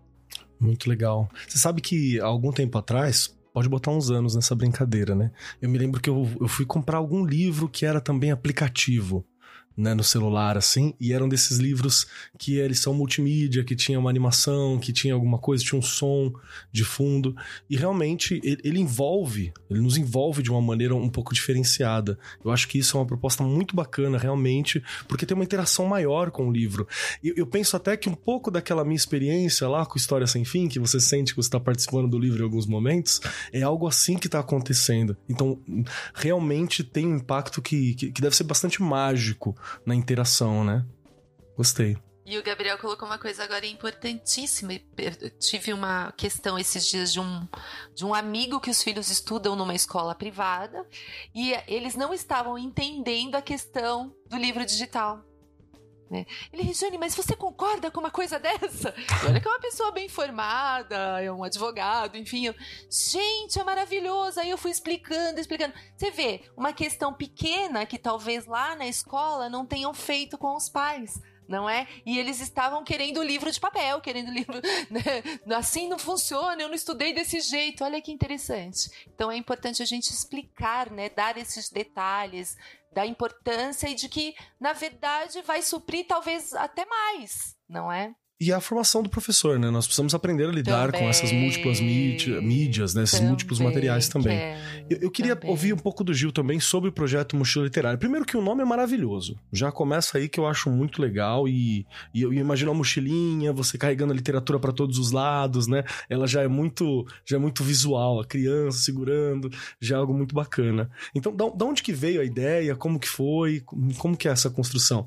[SPEAKER 1] Muito legal. Você sabe que, há algum tempo atrás, pode botar uns anos nessa brincadeira, né? Eu me lembro que eu, eu fui comprar algum livro que era também aplicativo, né, no celular, assim, e eram desses livros que eles são multimídia, que tinha uma animação, que tinha alguma coisa, tinha um som de fundo, e realmente ele, ele envolve, ele nos envolve de uma maneira um pouco diferenciada. Eu acho que isso é uma proposta muito bacana, realmente, porque tem uma interação maior com o livro. Eu, eu penso até que um pouco daquela minha experiência lá com História Sem Fim, que você sente que você está participando do livro em alguns momentos, é algo assim que está acontecendo. Então, realmente tem um impacto que, que, que deve ser bastante mágico na interação, né? Gostei.
[SPEAKER 2] E o Gabriel colocou uma coisa agora importantíssima. Eu tive uma questão esses dias de um, de um amigo que os filhos estudam numa escola privada e eles não estavam entendendo a questão do livro digital. Né? Ele, Regiane, mas você concorda com uma coisa dessa? E olha que é uma pessoa bem formada, é um advogado, enfim. Eu, gente, é maravilhoso. Aí eu fui explicando, explicando. Você vê, uma questão pequena que talvez lá na escola não tenham feito com os pais. Não é? E eles estavam querendo livro de papel, querendo livro, né? Assim não funciona, eu não estudei desse jeito. Olha que interessante. Então é importante a gente explicar, né? Dar esses detalhes da importância e de que, na verdade, vai suprir talvez até mais, não é?
[SPEAKER 1] E a formação do professor, né? Nós precisamos aprender a lidar também, com essas múltiplas mídia, mídias, né? Esses também, múltiplos materiais também. É, eu, eu queria também. ouvir um pouco do Gil também sobre o projeto Mochila Literária. Primeiro que o nome é maravilhoso. Já começa aí que eu acho muito legal e, e eu imagino a mochilinha, você carregando a literatura para todos os lados, né? Ela já é muito, já é muito visual, a criança segurando, já é algo muito bacana. Então, da, da onde que veio a ideia? Como que foi? Como que é essa construção?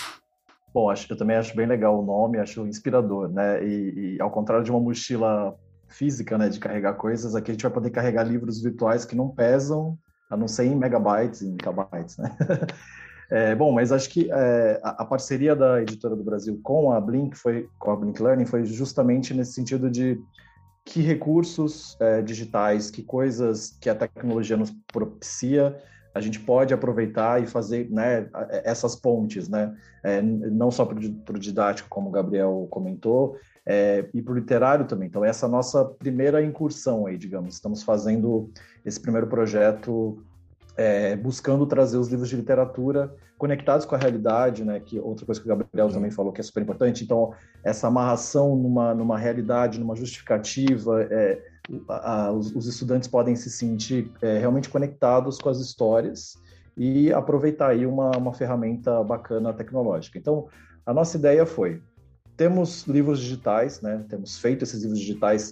[SPEAKER 4] Bom, acho, eu também acho bem legal o nome, acho inspirador, né? E, e ao contrário de uma mochila física, né, de carregar coisas, aqui a gente vai poder carregar livros virtuais que não pesam, a não ser em megabytes e megabytes, né? É, bom, mas acho que é, a, a parceria da Editora do Brasil com a Blink, foi, com a Blink Learning, foi justamente nesse sentido de que recursos é, digitais, que coisas que a tecnologia nos propicia, a gente pode aproveitar e fazer, né, essas pontes, né? É, não só para o didático, como o Gabriel comentou, é, e para o literário também. Então, essa é a nossa primeira incursão aí, digamos. Estamos fazendo esse primeiro projeto é, buscando trazer os livros de literatura conectados com a realidade, né? Que outra coisa que o Gabriel também falou que é super importante. Então, essa amarração numa, numa realidade, numa justificativa, é, a, a, os, os estudantes podem se sentir é, realmente conectados com as histórias e aproveitar aí uma, uma ferramenta bacana tecnológica. Então, a nossa ideia foi, temos livros digitais, né? Temos feito esses livros digitais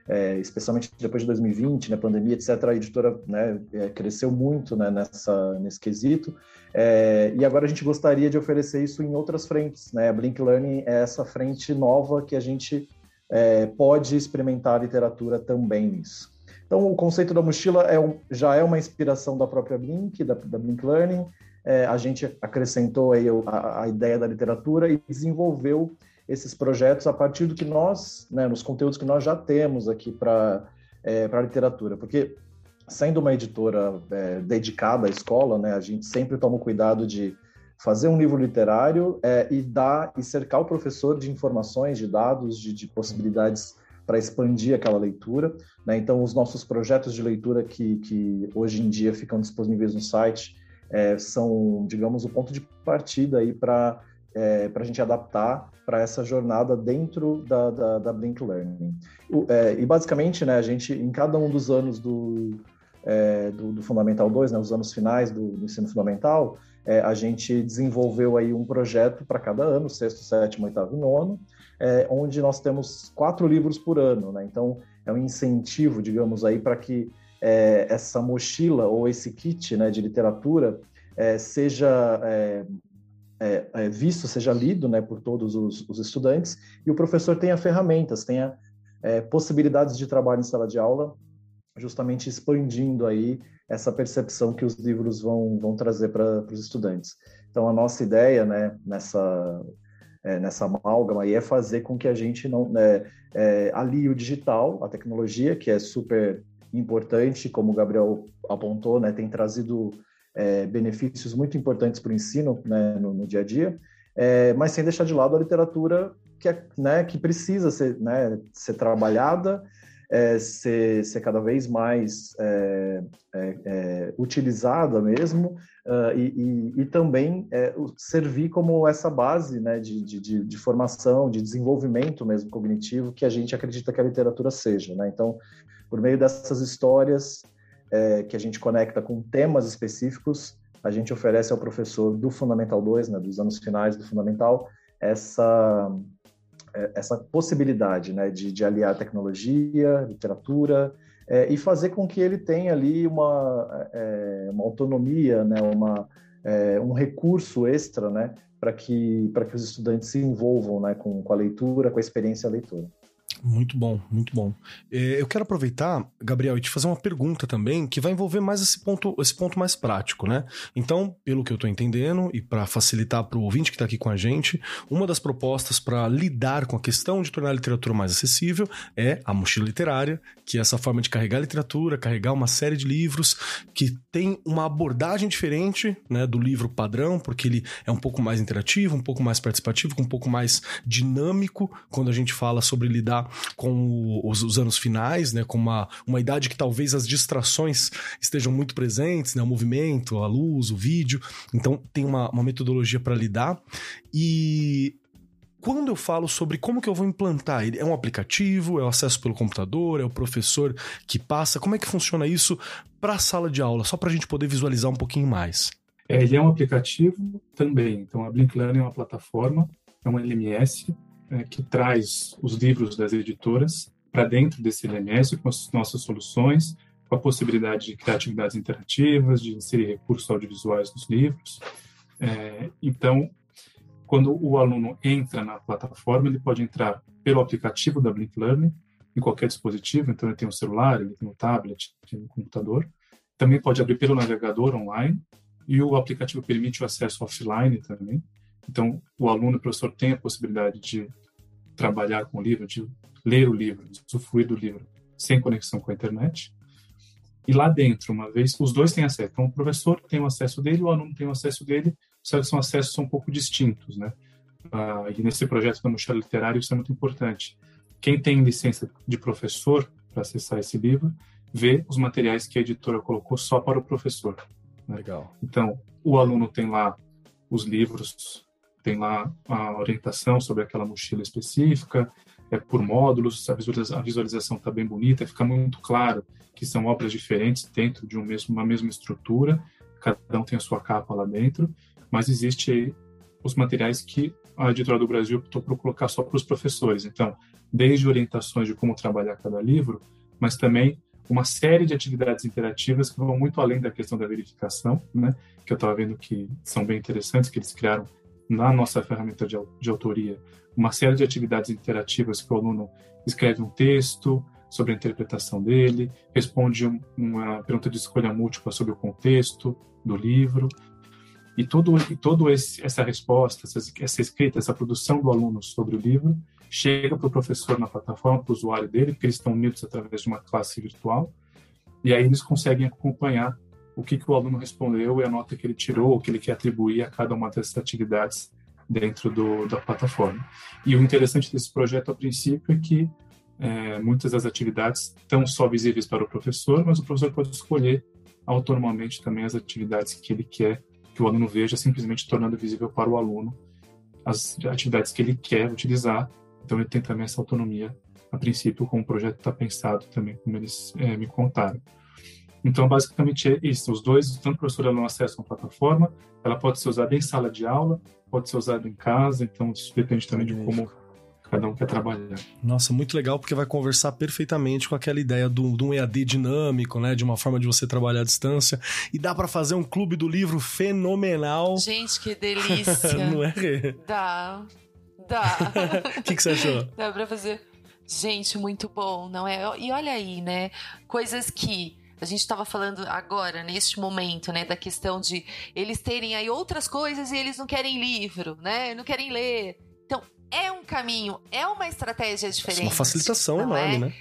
[SPEAKER 4] é, especialmente depois de dois mil e vinte, né, pandemia, etcétera, a editora, né, é, cresceu muito, né, nessa, nesse quesito, é, e agora a gente gostaria de oferecer isso em outras frentes, né? A Blink Learning é essa frente nova que a gente é, pode experimentar a literatura também nisso. Então, o conceito da mochila é um, já é uma inspiração da própria Blink, da, da Blink Learning. É, a gente acrescentou aí a, a ideia da literatura e desenvolveu esses projetos a partir do que nós, né, nos conteúdos que nós já temos aqui para é, para a literatura. Porque, sendo uma editora é, dedicada à escola, né, a gente sempre toma o cuidado de fazer um livro literário é, e dar e cercar o professor de informações, de dados, de, de possibilidades para expandir aquela leitura, né? Então, os nossos projetos de leitura que, que hoje em dia ficam disponíveis no site é, são, digamos, o ponto de partida aí para é, para a gente adaptar para essa jornada dentro da, da, da Blink Learning. O, é, e, basicamente, né, a gente, em cada um dos anos do, é, do, do Fundamental dois, né, os anos finais do, do ensino fundamental, é, a gente desenvolveu aí um projeto para cada ano, sexto, sétimo, oitavo e nono, É, onde nós temos quatro livros por ano, né? Então, é um incentivo, digamos, aí para que é, essa mochila ou esse kit, né, de literatura é, seja é, é, é, visto, seja lido, né, por todos os, os estudantes, e o professor tenha ferramentas, tenha é, possibilidades de trabalho em sala de aula, justamente expandindo aí essa percepção que os livros vão, vão trazer para os estudantes. Então, a nossa ideia, né, nessa... É, nessa amálgama aí é fazer com que a gente não é, é, alie o digital, a tecnologia, que é super importante, como o Gabriel apontou, né, tem trazido é, benefícios muito importantes para o ensino, né, no, no dia a dia, é, mas sem deixar de lado a literatura que, é, né, que precisa ser, né, ser trabalhada, é, ser, ser cada vez mais é, é, é, utilizada mesmo, uh, e, e, e também é, servir como essa base, né, de, de, de formação, de desenvolvimento mesmo cognitivo que a gente acredita que a literatura seja, né? Então, por meio dessas histórias é, que a gente conecta com temas específicos, a gente oferece ao professor do Fundamental dois, né, dos anos finais do Fundamental, essa... essa possibilidade, né, de, de aliar tecnologia, literatura, é, e fazer com que ele tenha ali uma, é, uma autonomia, né, uma, é, um recurso extra, né, para que, para que os estudantes se envolvam, né, com, com a leitura, com a experiência leitora.
[SPEAKER 1] Muito bom, muito bom. É, eu quero aproveitar, Gabriel, e te fazer uma pergunta também que vai envolver mais esse ponto, esse ponto mais prático, né? Então, pelo que eu tô entendendo, e para facilitar para o ouvinte que tá aqui com a gente, uma das propostas para lidar com a questão de tornar a literatura mais acessível é a mochila literária, que é essa forma de carregar a literatura, carregar uma série de livros que tem uma abordagem diferente, né, do livro padrão, porque ele é um pouco mais interativo, um pouco mais participativo, um pouco mais dinâmico quando a gente fala sobre lidar com os, os anos finais, né, com uma, uma idade que talvez as distrações estejam muito presentes, né, o movimento, a luz, o vídeo, então tem uma, uma metodologia para lidar. E quando eu falo sobre como que eu vou implantar ele, é um aplicativo, é o acesso pelo computador, é o professor que passa, como é que funciona isso para a sala de aula, só para a gente poder visualizar um pouquinho mais?
[SPEAKER 3] É, ele é um aplicativo também, então a Blink Learning é uma plataforma, é um L M S, é, que traz os livros das editoras para dentro desse L M S com as nossas soluções, com a possibilidade de criar atividades interativas, de inserir recursos audiovisuais nos livros. É, então, quando o aluno entra na plataforma, ele pode entrar pelo aplicativo da Blink Learning, em qualquer dispositivo, então ele tem um celular, ele tem um tablet, tem um computador. Também pode abrir pelo navegador online, e o aplicativo permite o acesso offline também. Então, o aluno e o professor têm a possibilidade de trabalhar com o livro, de ler o livro, de usufruir do livro, sem conexão com a internet. E lá dentro, uma vez, os dois têm acesso. Então, o professor tem o acesso dele, o aluno tem o acesso dele, só que são acessos são um pouco distintos, né? Ah, e nesse projeto da mochila literária isso é muito importante. Quem tem licença de professor para acessar esse livro, vê os materiais que a editora colocou só para o professor. Né? Legal. Então, o aluno tem lá os livros, tem lá a orientação sobre aquela mochila específica, é por módulos, a visualização, a visualização está bem bonita, fica muito claro que são obras diferentes dentro de um mesmo, uma mesma estrutura, cada um tem a sua capa lá dentro, mas existe aí os materiais que a Editora do Brasil optou por colocar só para os professores. Então, desde orientações de como trabalhar cada livro, mas também uma série de atividades interativas que vão muito além da questão da verificação, né? Que eu estava vendo que são bem interessantes, que eles criaram na nossa ferramenta de, de autoria, uma série de atividades interativas que o aluno escreve um texto sobre a interpretação dele, responde um, uma pergunta de escolha múltipla sobre o contexto do livro, e todo, e todo esse, essa resposta, essa, essa escrita, essa produção do aluno sobre o livro, chega para o professor na plataforma, para o usuário dele, porque eles estão unidos através de uma classe virtual, e aí eles conseguem acompanhar o que, que o aluno respondeu e a nota que ele tirou, o que ele quer atribuir a cada uma dessas atividades dentro do, da plataforma. E o interessante desse projeto, a princípio, é que é, muitas das atividades estão só visíveis para o professor, mas o professor pode escolher autonomamente também as atividades que ele quer que o aluno veja, simplesmente tornando visível para o aluno as atividades que ele quer utilizar. Então, ele tem também essa autonomia, a princípio, como o projeto está pensado também, como eles é, me contaram. Então, basicamente é isso. Os dois, tanto o professor e o aluno acessam a plataforma, ela pode ser usada em sala de aula, pode ser usada em casa, então isso depende também de como cada um quer trabalhar.
[SPEAKER 1] Nossa, muito legal, porque vai conversar perfeitamente com aquela ideia do, de um E A D dinâmico, né? De uma forma de você trabalhar à distância. E dá pra fazer um clube do livro fenomenal.
[SPEAKER 2] Gente, que delícia.
[SPEAKER 1] Não é?
[SPEAKER 2] Dá. Dá.
[SPEAKER 1] O que, que você achou?
[SPEAKER 2] Dá pra fazer. Gente, muito bom, não é? E olha aí, né? Coisas que a gente estava falando agora, neste momento, né? Da questão de eles terem aí outras coisas e eles não querem livro, né? Não querem ler. Então, é um caminho, é uma estratégia diferente.
[SPEAKER 1] É uma facilitação enorme,
[SPEAKER 2] é?
[SPEAKER 1] né?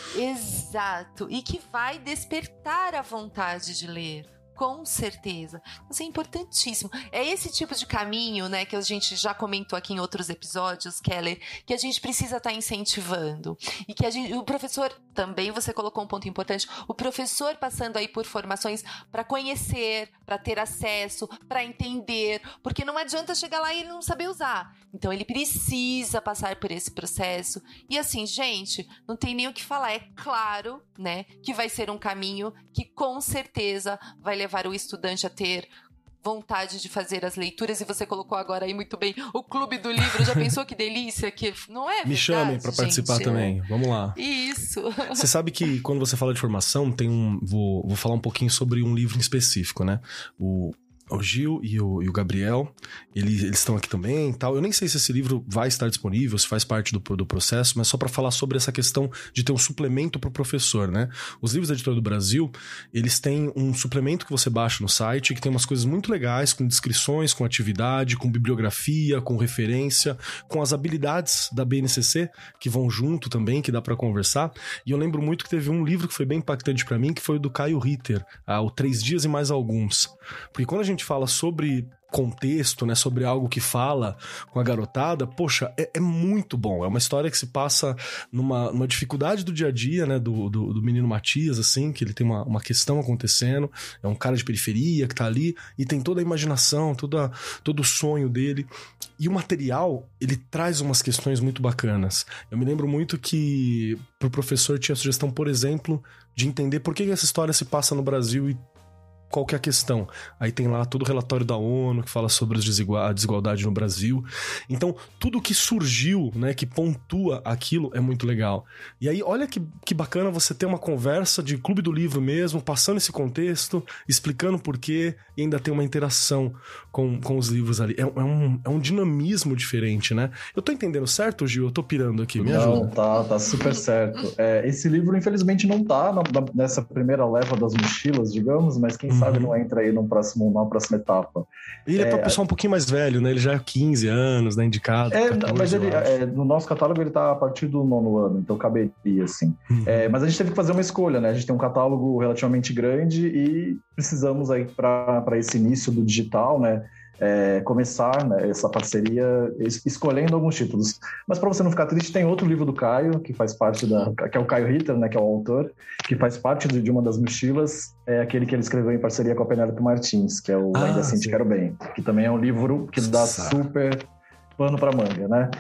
[SPEAKER 2] Exato. E que vai despertar a vontade de ler. Com certeza. Isso é importantíssimo. É esse tipo de caminho, né, que a gente já comentou aqui em outros episódios, Keller, que a gente precisa estar incentivando. E que a gente, o professor, também você colocou um ponto importante, o professor passando aí por formações para conhecer, para ter acesso, para entender, porque não adianta chegar lá e ele não saber usar. Então ele precisa passar por esse processo. E assim, gente, não tem nem o que falar. É claro, né, que vai ser um caminho que com certeza vai levar levar o estudante a ter vontade de fazer as leituras, e você colocou agora aí muito bem o Clube do Livro. Já pensou que delícia? Que não é verdade,
[SPEAKER 1] me chamem para participar
[SPEAKER 2] gente?
[SPEAKER 1] Também, vamos lá.
[SPEAKER 2] Isso.
[SPEAKER 1] Você sabe que quando você fala de formação, tem um, vou, vou falar um pouquinho sobre um livro em específico, né? O O Gil e o, e o Gabriel, eles, eles estão aqui também e tal. Eu nem sei se esse livro vai estar disponível, se faz parte do, do processo, mas só para falar sobre essa questão de ter um suplemento para o professor, né? Os livros da Editora do Brasil, eles têm um suplemento que você baixa no site, que tem umas coisas muito legais, com descrições, com atividade, com bibliografia, com referência, com as habilidades da B N C C, que vão junto também, que dá para conversar. E eu lembro muito que teve um livro que foi bem impactante para mim, que foi o do Caio Ritter, ah, o Três Dias e Mais Alguns. Porque quando a gente fala sobre contexto, né, sobre algo que fala com a garotada, poxa, é, é muito bom. É uma história que se passa numa, numa dificuldade do dia a dia, né, do, do, do menino Matias, assim, que ele tem uma, uma questão acontecendo, é um cara de periferia que tá ali e tem toda a imaginação, toda, todo o sonho dele. E o material, ele traz umas questões muito bacanas. Eu me lembro muito que pro professor tinha a sugestão, por exemplo, de entender por que essa história se passa no Brasil e qual que é a questão. Aí tem lá todo o relatório da ONU que fala sobre a desigualdade no Brasil. Então, tudo que surgiu, né, que pontua aquilo é muito legal. E aí, olha que, que bacana você ter uma conversa de Clube do Livro mesmo, passando esse contexto, explicando por quê, e ainda tem uma interação com, com os livros ali. É, é, um, é um dinamismo diferente, né? Eu tô entendendo certo, Gil? Eu tô pirando aqui, me ajuda.
[SPEAKER 4] Não, tá, tá super certo. É, esse livro, infelizmente, não tá na, na, nessa primeira leva das mochilas, digamos, mas quem sabe não entra aí num próximo, numa próxima etapa.
[SPEAKER 1] Ele é, é para pessoal um pouquinho mais velho, né? Ele já é quinze anos, né? Indicado.
[SPEAKER 4] É, catorze, mas ele, é, no nosso catálogo ele tá a partir do nono ano, então caberia, assim. Uhum. É, mas a gente teve que fazer uma escolha, né? A gente tem um catálogo relativamente grande e precisamos aí para esse início do digital, né? É, começar, né, essa parceria es- escolhendo alguns títulos. Mas para você não ficar triste, tem outro livro do Caio, que faz parte da... que é o Caio Ritter, né, que é o autor, que faz parte de, de uma das mochilas, é aquele que ele escreveu em parceria com a Penélope Martins, que é o ah, Ainda Assim Te Quero Bem, que também é um livro que dá super pano para manga, né?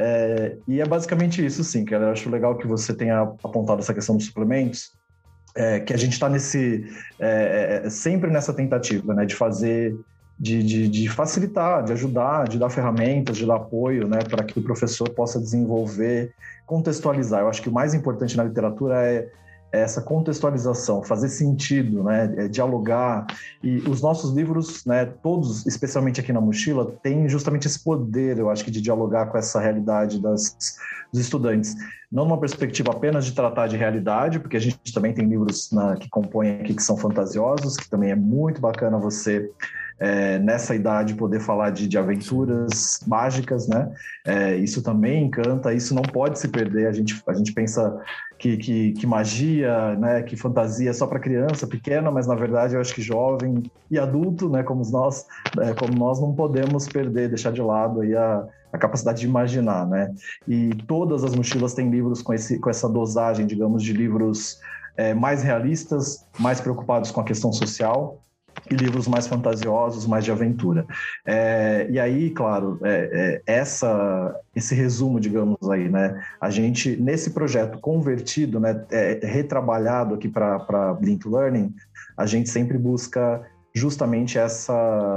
[SPEAKER 4] É, e é basicamente isso, sim, que eu acho legal que você tenha apontado essa questão dos suplementos, é, que a gente está nesse... É, é, sempre nessa tentativa, né, de fazer de, de, de facilitar, de ajudar, de dar ferramentas, de dar apoio, né, para que o professor possa desenvolver, contextualizar. Eu acho que o mais importante na literatura é essa contextualização, fazer sentido, né, é dialogar. E os nossos livros, né, todos, especialmente aqui na Mochila, têm justamente esse poder, eu acho que, de dialogar com essa realidade das, dos estudantes. Não numa perspectiva apenas de tratar de realidade, porque a gente também tem livros na, que compõem aqui que são fantasiosos, que também é muito bacana você, é, nessa idade, poder falar de, de aventuras mágicas, né? É, isso também encanta, isso não pode se perder. A gente, a gente pensa que, que, que magia, né, que fantasia é só para criança pequena, mas na verdade eu acho que jovem e adulto, né, como nós, é, como nós não podemos perder, deixar de lado aí a, a capacidade de imaginar, né? E todas as mochilas têm livros com, esse, com essa dosagem, digamos, de livros é, mais realistas, mais preocupados com a questão social, e livros mais fantasiosos, mais de aventura. É, e aí, claro, é, é, essa, esse resumo, digamos aí, né? A gente, nesse projeto convertido, né, é, retrabalhado aqui para Blink Learning, a gente sempre busca justamente essa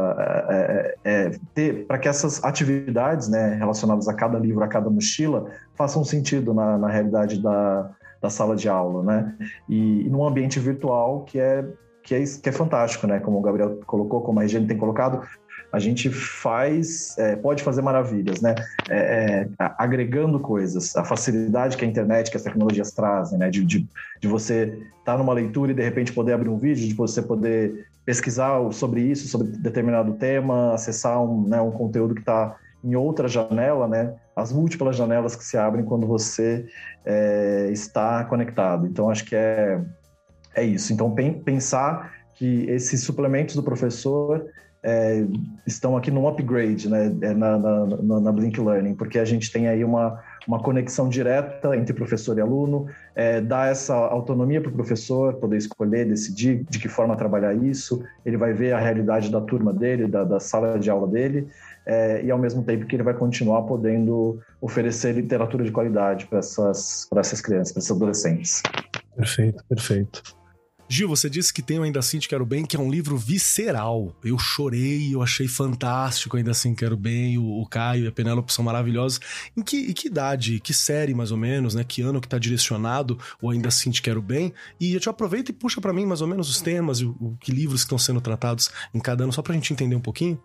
[SPEAKER 4] é, é, ter, para que essas atividades, né, relacionadas a cada livro, a cada mochila, façam sentido na, na realidade da, da sala de aula, né? E, e num ambiente virtual que é Que é, que é fantástico, né? Como o Gabriel colocou, como a Regiane tem colocado, a gente faz, é, pode fazer maravilhas, né? É, é, agregando coisas, a facilidade que a internet, que as tecnologias trazem, né? De, de, de você estar numa leitura e de repente poder abrir um vídeo, de você poder pesquisar sobre isso, sobre determinado tema, acessar um, né, um conteúdo que está em outra janela, né? As múltiplas janelas que se abrem quando você é, está conectado. Então, acho que é É isso. Então, pensar que esses suplementos do professor é, estão aqui num upgrade, né, na, na, na Blink Learning, porque a gente tem aí uma, uma conexão direta entre professor e aluno, é, dá essa autonomia para o professor poder escolher, decidir de que forma trabalhar isso, ele vai ver a realidade da turma dele, da, da sala de aula dele, é, e ao mesmo tempo que ele vai continuar podendo oferecer literatura de qualidade para essas, para essas crianças, para esses adolescentes.
[SPEAKER 1] Perfeito, perfeito. Gil, você disse que tem o Ainda Assim Te Quero Bem, que é um livro visceral. Eu chorei, eu achei fantástico Ainda Assim Quero Bem, o, o Caio e a Penélope são maravilhosos. Em que, em que idade, que série mais ou menos, né? Que ano que tá direcionado o Ainda Assim Te Quero Bem? E eu te aproveito e puxa pra mim mais ou menos os temas e o, o, que livros que estão sendo tratados em cada ano, só pra gente entender um pouquinho.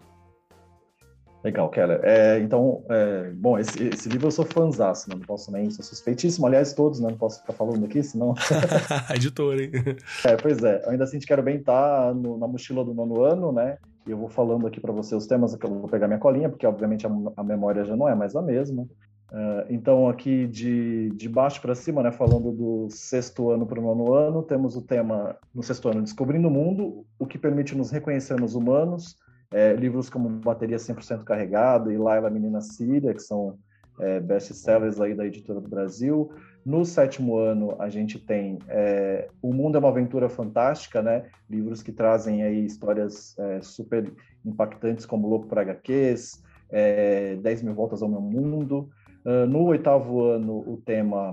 [SPEAKER 4] Legal, Keller. É, então, é, bom, esse, esse livro eu sou fãzaço, não posso nem, sou suspeitíssimo, aliás, todos, né, não posso ficar falando aqui, senão...
[SPEAKER 1] Editor, hein?
[SPEAKER 4] É, pois é, Ainda Assim Te Quero Bem tá no, na mochila do nono ano, né, e eu vou falando aqui para você os temas, que eu vou pegar minha colinha, porque obviamente a, a memória já não é mais a mesma. Uh, então, aqui de, de baixo para cima, né, falando do sexto ano para o nono ano, temos o tema, no sexto ano, Descobrindo o Mundo, o que permite nos reconhecer nos humanos. É, livros como Bateria cem por cento Carregada e Laila Menina Síria, que são é, best-sellers aí da Editora do Brasil. No sétimo ano, a gente tem é, O Mundo é uma Aventura Fantástica, né? Livros que trazem aí histórias é, super impactantes, como Louco por agá quês, é, dez mil Voltas ao Meu Mundo. Uh, no oitavo ano, o tema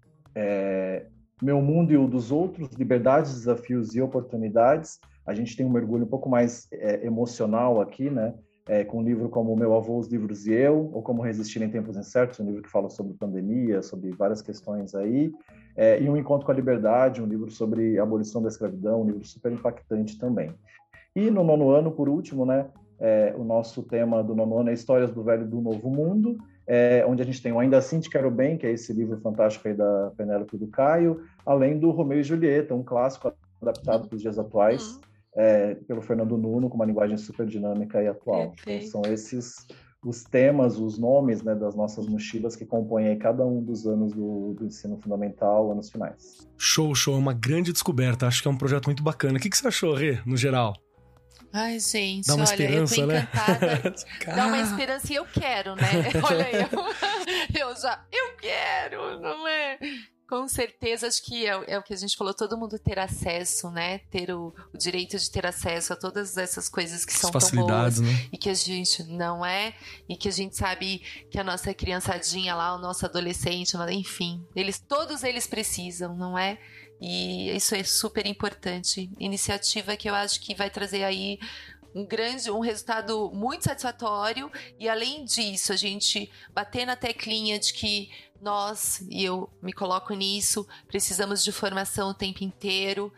[SPEAKER 4] é Meu Mundo e o dos Outros, Liberdades, Desafios e Oportunidades. A gente tem um mergulho um pouco mais é, emocional aqui, né? É, com um livro como Meu Avô, os Livros e Eu, ou Como Resistir em Tempos Incertos, um livro que fala sobre pandemia, sobre várias questões aí. É, e Um Encontro com a Liberdade, um livro sobre a abolição da escravidão, um livro super impactante também. E no nono ano, por último, né? É, o nosso tema do nono ano é Histórias do Velho e do Novo Mundo, é, onde a gente tem o Ainda Assim Te Quero Bem, que é esse livro fantástico aí da Penélope e do Caio, além do Romeu e Julieta, um clássico adaptado para os dias atuais, uhum. É, pelo Fernando Nuno, com uma linguagem super dinâmica e atual. Então, são esses os temas, os nomes, né, das nossas mochilas que compõem aí cada um dos anos do, do ensino fundamental, anos finais.
[SPEAKER 1] Show, show, é uma grande descoberta. Acho que é um projeto muito bacana. O que, que você achou, Rê, no geral?
[SPEAKER 2] Ai, gente,
[SPEAKER 1] dá uma
[SPEAKER 2] olha,
[SPEAKER 1] esperança,
[SPEAKER 2] eu tô encantada.
[SPEAKER 1] Né?
[SPEAKER 2] Dá uma esperança e eu quero, né? Olha aí, eu, eu já, eu quero, não é? Com certeza, acho que é, é o que a gente falou, todo mundo ter acesso, né? Ter o, o direito de ter acesso a todas essas coisas que são tão boas, né? E que a gente não é, e que a gente sabe que a nossa criançadinha lá, o nosso adolescente, enfim, eles, todos eles precisam, não é? E isso é super importante. Iniciativa que eu acho que vai trazer aí um grande, um resultado muito satisfatório. E além disso, a gente bater na teclinha de que nós, e eu me coloco nisso, precisamos de formação o tempo inteiro,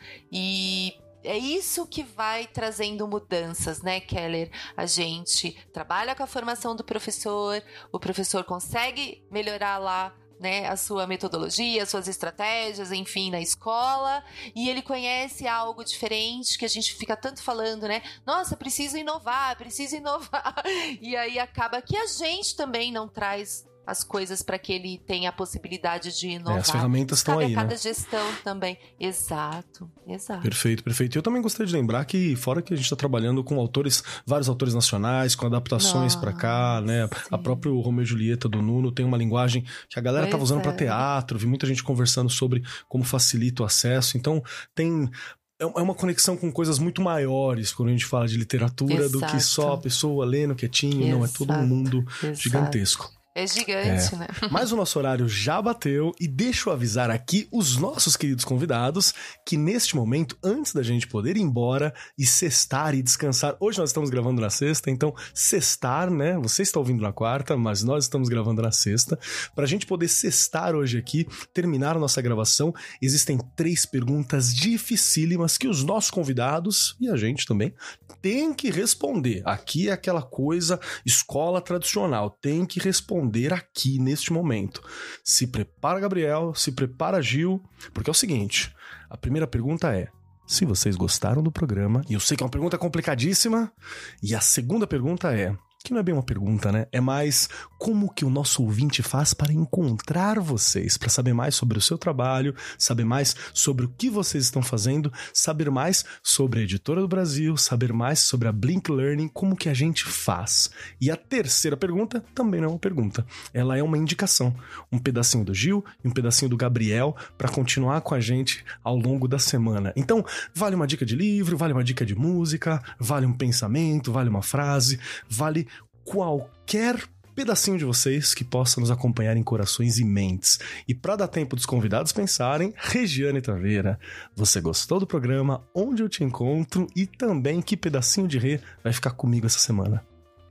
[SPEAKER 2] e é isso que vai trazendo mudanças, né, Keller? A gente trabalha com a formação do professor, o professor consegue melhorar lá, né, a sua metodologia, as suas estratégias, enfim, na escola, e ele conhece algo diferente que a gente fica tanto falando, né? Nossa, preciso inovar, preciso inovar. E aí acaba que a gente também não traz as coisas para que ele tenha a possibilidade de inovar.
[SPEAKER 1] É, as ferramentas estão aí,
[SPEAKER 2] cada
[SPEAKER 1] né?
[SPEAKER 2] gestão também. Exato, exato.
[SPEAKER 1] Perfeito, perfeito. E eu também gostaria de lembrar que, fora que a gente está trabalhando com autores, vários autores nacionais, com adaptações para cá, né? Sim. A própria Romeu e Julieta do Nuno tem uma linguagem que a galera estava usando é. para teatro, vi muita gente conversando sobre como facilita o acesso. Então, tem... é uma conexão com coisas muito maiores quando a gente fala de literatura. Exato. Do que só a pessoa lendo quietinho. Exato. Não, é todo um mundo Exato. Gigantesco.
[SPEAKER 2] É gigante, é. né?
[SPEAKER 1] Mas o nosso horário já bateu e deixa eu avisar aqui os nossos queridos convidados que neste momento, antes da gente poder ir embora e sextar e descansar, hoje nós estamos gravando na sexta, então sextar, né? Você está ouvindo na quarta, mas nós estamos gravando na sexta. Pra gente poder sextar hoje aqui, terminar a nossa gravação, existem três perguntas dificílimas que os nossos convidados e a gente também tem que responder. Aqui é aquela coisa, escola tradicional, tem que responder aqui neste momento. Se prepara, Gabriel, se prepara, Gil, porque é o seguinte, a primeira pergunta é: se vocês gostaram do programa, e eu sei que é uma pergunta complicadíssima, e a segunda pergunta é, que não é bem uma pergunta, né? É mais como que o nosso ouvinte faz para encontrar vocês, para saber mais sobre o seu trabalho, saber mais sobre o que vocês estão fazendo, saber mais sobre a Editora do Brasil, saber mais sobre a Blink Learning, como que a gente faz. E a terceira pergunta também não é uma pergunta, ela é uma indicação, um pedacinho do Gil e um pedacinho do Gabriel para continuar com a gente ao longo da semana. Então, vale uma dica de livro, vale uma dica de música, vale um pensamento, vale uma frase, vale qualquer pedacinho de vocês que possa nos acompanhar em corações e mentes. E para dar tempo dos convidados pensarem, Regiane Taveira, você gostou do programa? Onde eu te encontro? E também que pedacinho de Rê vai ficar comigo essa semana?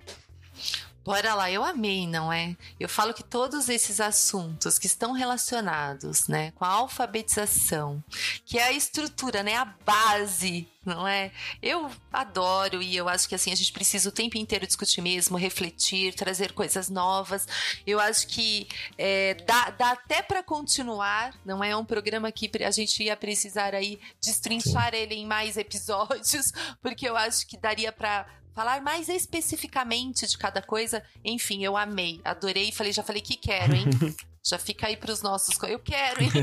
[SPEAKER 2] Bora lá, eu amei, não é? Eu falo que todos esses assuntos que estão relacionados, né, com a alfabetização, que é a estrutura, né, a base, não é? Eu adoro e eu acho que assim a gente precisa o tempo inteiro discutir mesmo, refletir, trazer coisas novas. Eu acho que é, dá, dá até para continuar, não é? É um programa que a gente ia precisar aí destrinchar Sim. ele em mais episódios, porque eu acho que daria para falar mais especificamente de cada coisa. Enfim, eu amei, adorei. Falei, já falei que quero, hein? Já fica aí pros nossos... Eu quero, hein?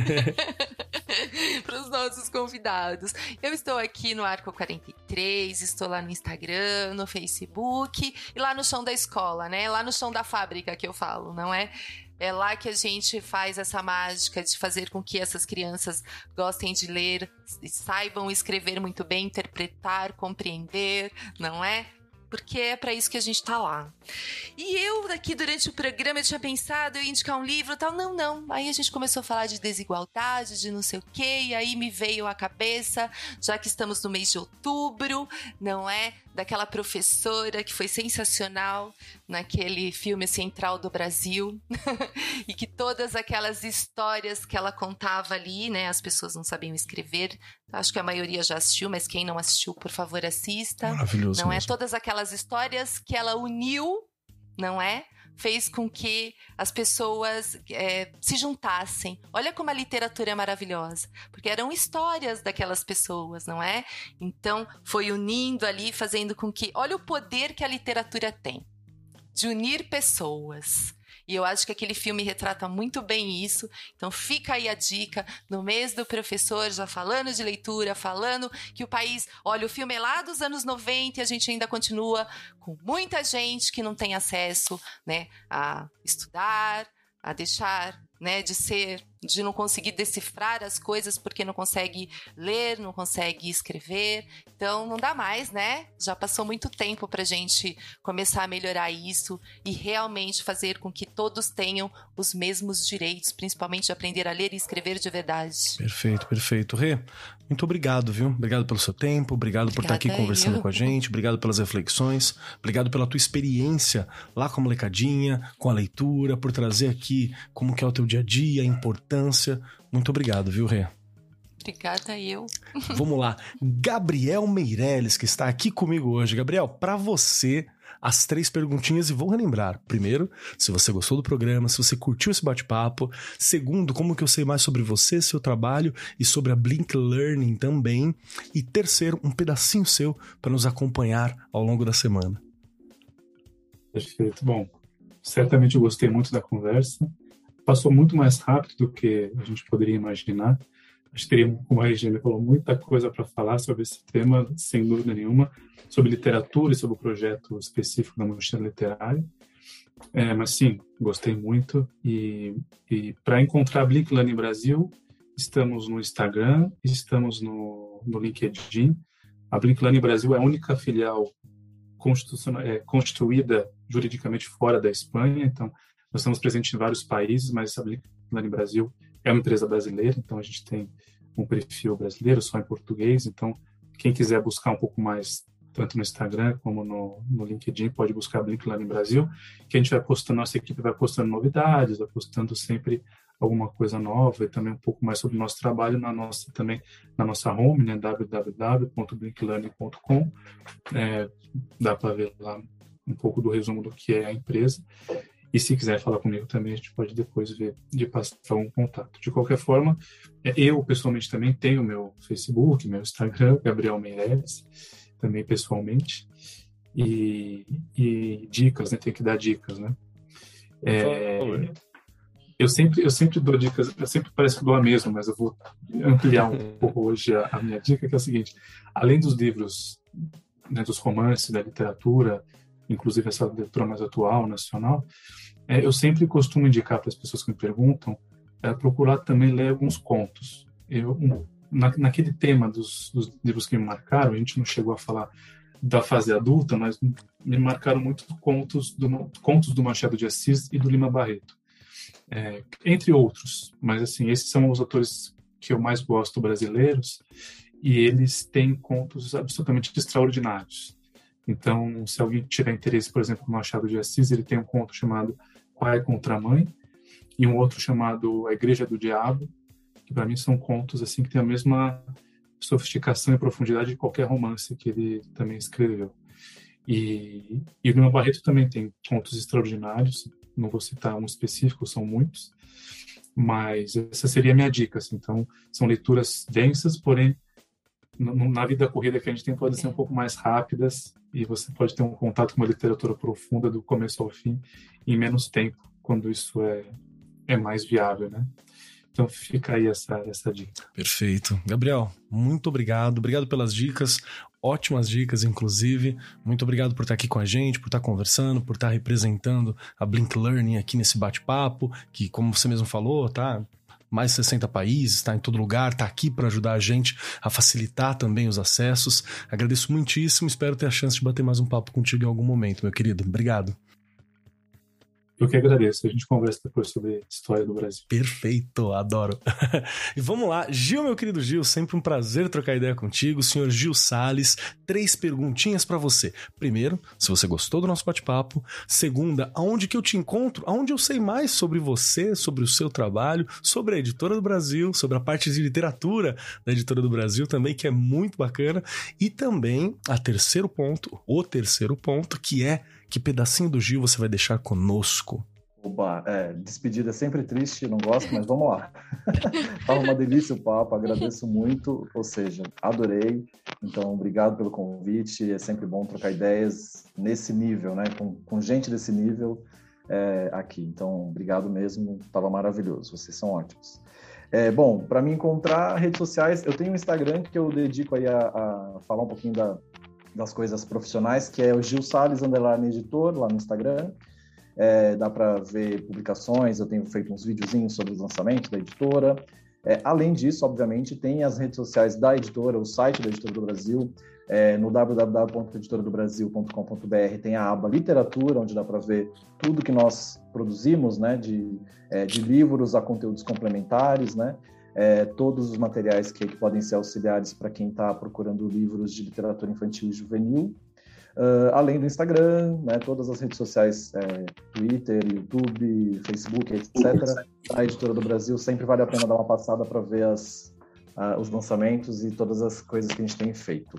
[SPEAKER 2] Pros nossos convidados. Eu estou aqui no Arco quarenta e três, estou lá no Instagram, no Facebook e lá no chão da escola, né? Lá no chão da fábrica que eu falo, não é? É lá que a gente faz essa mágica de fazer com que essas crianças gostem de ler, saibam escrever muito bem, interpretar, compreender, não é? Porque é para isso que a gente tá lá. E eu, aqui durante o programa, eu tinha pensado, eu ia indicar um livro e tal. Não, não. Aí a gente começou a falar de desigualdade, de não sei o quê. E aí me veio à cabeça, já que estamos no mês de outubro, não é? Daquela professora que foi sensacional naquele filme Central do Brasil. E que todas aquelas histórias que ela contava ali, né? As pessoas não sabiam escrever. Acho que a maioria já assistiu, mas quem não assistiu, por favor, assista.
[SPEAKER 1] Maravilhoso.
[SPEAKER 2] Não
[SPEAKER 1] mesmo.
[SPEAKER 2] é? Todas aquelas histórias que ela uniu, não é? Fez com que as pessoas é, se juntassem. Olha como a literatura é maravilhosa. Porque eram histórias daquelas pessoas, não é? Então, foi unindo ali, fazendo com que... Olha o poder que a literatura tem. De unir pessoas. E eu acho que aquele filme retrata muito bem isso. Então fica aí a dica, no mês do professor, já falando de leitura, falando que o país... Olha, o filme é lá dos anos noventa e a gente ainda continua com muita gente que não tem acesso, né, a estudar, a deixar né, de ser, de não conseguir decifrar as coisas porque não consegue ler, não consegue escrever. Então não dá mais, né? Já passou muito tempo pra gente começar a melhorar isso e realmente fazer com que todos tenham os mesmos direitos, principalmente de aprender a ler e escrever de verdade.
[SPEAKER 1] Perfeito, perfeito. Rê, muito obrigado, viu? Obrigado pelo seu tempo, obrigado por estar aqui conversando com a gente, obrigado pelas reflexões, obrigado pela tua experiência lá com a molecadinha, com a leitura, por trazer aqui como que é o teu dia a dia, a importância. Muito obrigado, viu, Rê?
[SPEAKER 2] Obrigada, eu.
[SPEAKER 1] Vamos lá. Gabriel Meirelles, que está aqui comigo hoje. Gabriel, para você, as três perguntinhas e vou relembrar. Primeiro, se você gostou do programa, se você curtiu esse bate-papo. Segundo, como que eu sei mais sobre você, seu trabalho e sobre a Blink Learning também. E terceiro, um pedacinho seu para nos acompanhar ao longo da semana.
[SPEAKER 3] Perfeito. Bom, certamente eu gostei muito da conversa. Passou muito mais rápido do que a gente poderia imaginar. Acho que teria, como a Regina falou, muita coisa para falar sobre esse tema, sem dúvida nenhuma, sobre literatura e sobre o projeto específico da Mochila Literária. É, mas sim, gostei muito. E, e para encontrar a Blink Learning Brasil, estamos no Instagram, estamos no, no LinkedIn. A Blink Learning Brasil é a única filial é, constituída juridicamente fora da Espanha, então nós estamos presentes em vários países, mas a Blink Learning Brasil é uma empresa brasileira, então a gente tem um perfil brasileiro, só em português. Então, quem quiser buscar um pouco mais, tanto no Instagram como no, no LinkedIn, pode buscar Blink Learning Brasil, que a gente vai postando, nossa equipe vai postando novidades, vai postando sempre alguma coisa nova e também um pouco mais sobre o nosso trabalho na nossa, também na nossa home, né, w w w ponto blink learning ponto com. É, dá para ver lá um pouco do resumo do que é a empresa. E se quiser falar comigo também, a gente pode depois ver de passar um contato. De qualquer forma, eu pessoalmente também tenho meu Facebook, meu Instagram, Gabriel Meirelles, também pessoalmente. E, e dicas, né? Tem que dar dicas, né? É, eu, sempre, eu sempre dou dicas, eu sempre parece que dou a mesma, mas eu vou ampliar um pouco hoje a, a minha dica, que é o seguinte: além dos livros, né, dos romances, da literatura, inclusive essa leitura mais atual, nacional, é, eu sempre costumo indicar para as pessoas que me perguntam é, procurar também ler alguns contos. Eu, um, na, naquele tema dos, dos livros que me marcaram, a gente não chegou a falar da fase adulta, mas me marcaram muito contos do, contos do Machado de Assis e do Lima Barreto, é, entre outros. Mas, assim, esses são os autores que eu mais gosto brasileiros, e eles têm contos absolutamente extraordinários. Então, se alguém tiver interesse, por exemplo, no Machado de Assis, ele tem um conto chamado Pai contra a Mãe e um outro chamado A Igreja do Diabo, que para mim são contos assim que têm a mesma sofisticação e profundidade de qualquer romance que ele também escreveu. E, e o Lima Barreto também tem contos extraordinários, não vou citar um específico, são muitos, mas essa seria a minha dica. Assim. Então, são leituras densas, porém, na vida corrida que a gente tem, pode ser um pouco mais rápidas, e você pode ter um contato com uma literatura profunda do começo ao fim em menos tempo, quando isso é, é mais viável, né? Então fica aí essa, essa dica.
[SPEAKER 1] Perfeito. Gabriel, muito obrigado. Obrigado pelas dicas, ótimas dicas, inclusive. Muito obrigado por estar aqui com a gente, por estar conversando, por estar representando a Blink Learning aqui nesse bate-papo, que, como você mesmo falou, tá... mais de sessenta países, está em todo lugar, está aqui para ajudar a gente a facilitar também os acessos. Agradeço muitíssimo, espero ter a chance de bater mais um papo contigo em algum momento, meu querido. Obrigado.
[SPEAKER 3] Eu que agradeço. A gente conversa depois sobre a história do Brasil.
[SPEAKER 1] Perfeito, adoro. E vamos lá, Gil, meu querido Gil, sempre um prazer trocar ideia contigo. Senhor Gil Salles, três perguntinhas para você. Primeiro, se você gostou do nosso bate-papo. Segunda, aonde que eu te encontro? Aonde eu sei mais sobre você, sobre o seu trabalho, sobre a Editora do Brasil, sobre a parte de literatura da Editora do Brasil também, que é muito bacana. E também, a terceiro ponto, o terceiro ponto, que é que pedacinho do Gil você vai deixar conosco?
[SPEAKER 4] Oba, é, despedida é sempre triste, não gosto, mas vamos lá. Tava uma delícia o papo, agradeço muito, ou seja, adorei. Então, obrigado pelo convite, é sempre bom trocar ideias nesse nível, né? Com, com gente desse nível é, aqui. Então, obrigado mesmo, tava maravilhoso, vocês são ótimos. É, bom, para me encontrar redes sociais, eu tenho um Instagram que eu dedico aí a, a falar um pouquinho da das coisas profissionais, que é o Gil Salles, underline editor, lá no Instagram. é, dá para ver publicações, eu tenho feito uns videozinhos sobre os lançamentos da editora. É, além disso, obviamente, tem as redes sociais da editora, o site da Editora do Brasil, é, no w w w ponto editora do brasil ponto com ponto b r tem a aba literatura, onde dá para ver tudo que nós produzimos, né, de, é, de livros a conteúdos complementares, né, é, todos os materiais que, que podem ser auxiliares para quem está procurando livros de literatura infantil e juvenil. Uh, além do Instagram, né, todas as redes sociais, é, Twitter, YouTube, Facebook, etcétera. A Editora do Brasil sempre vale a pena dar uma passada para ver as, uh, os lançamentos e todas as coisas que a gente tem feito.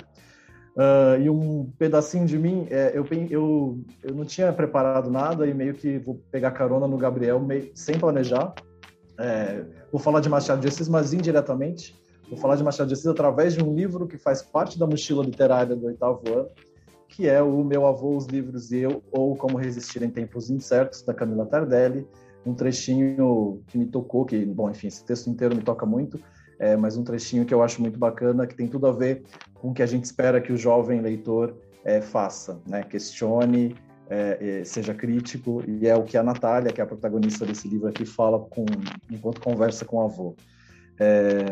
[SPEAKER 4] Uh, e um pedacinho de mim, é, eu, eu, eu não tinha preparado nada e meio que vou pegar carona no Gabriel meio, sem planejar. É, vou falar de Machado de Assis, mas indiretamente. Vou falar de Machado de Assis através de um livro que faz parte da mochila literária do oitavo ano, que é o Meu Avô, Os Livros e Eu, ou Como Resistir em Tempos Incertos, da Camila Tardelli, um trechinho que me tocou, que, bom, enfim, esse texto inteiro me toca muito, é, mas um trechinho que eu acho muito bacana, que tem tudo a ver com o que a gente espera que o jovem leitor é, faça, né? Questione, é, é, seja crítico, e é o que a Natália, que é a protagonista desse livro aqui, fala com, enquanto conversa com o avô. É...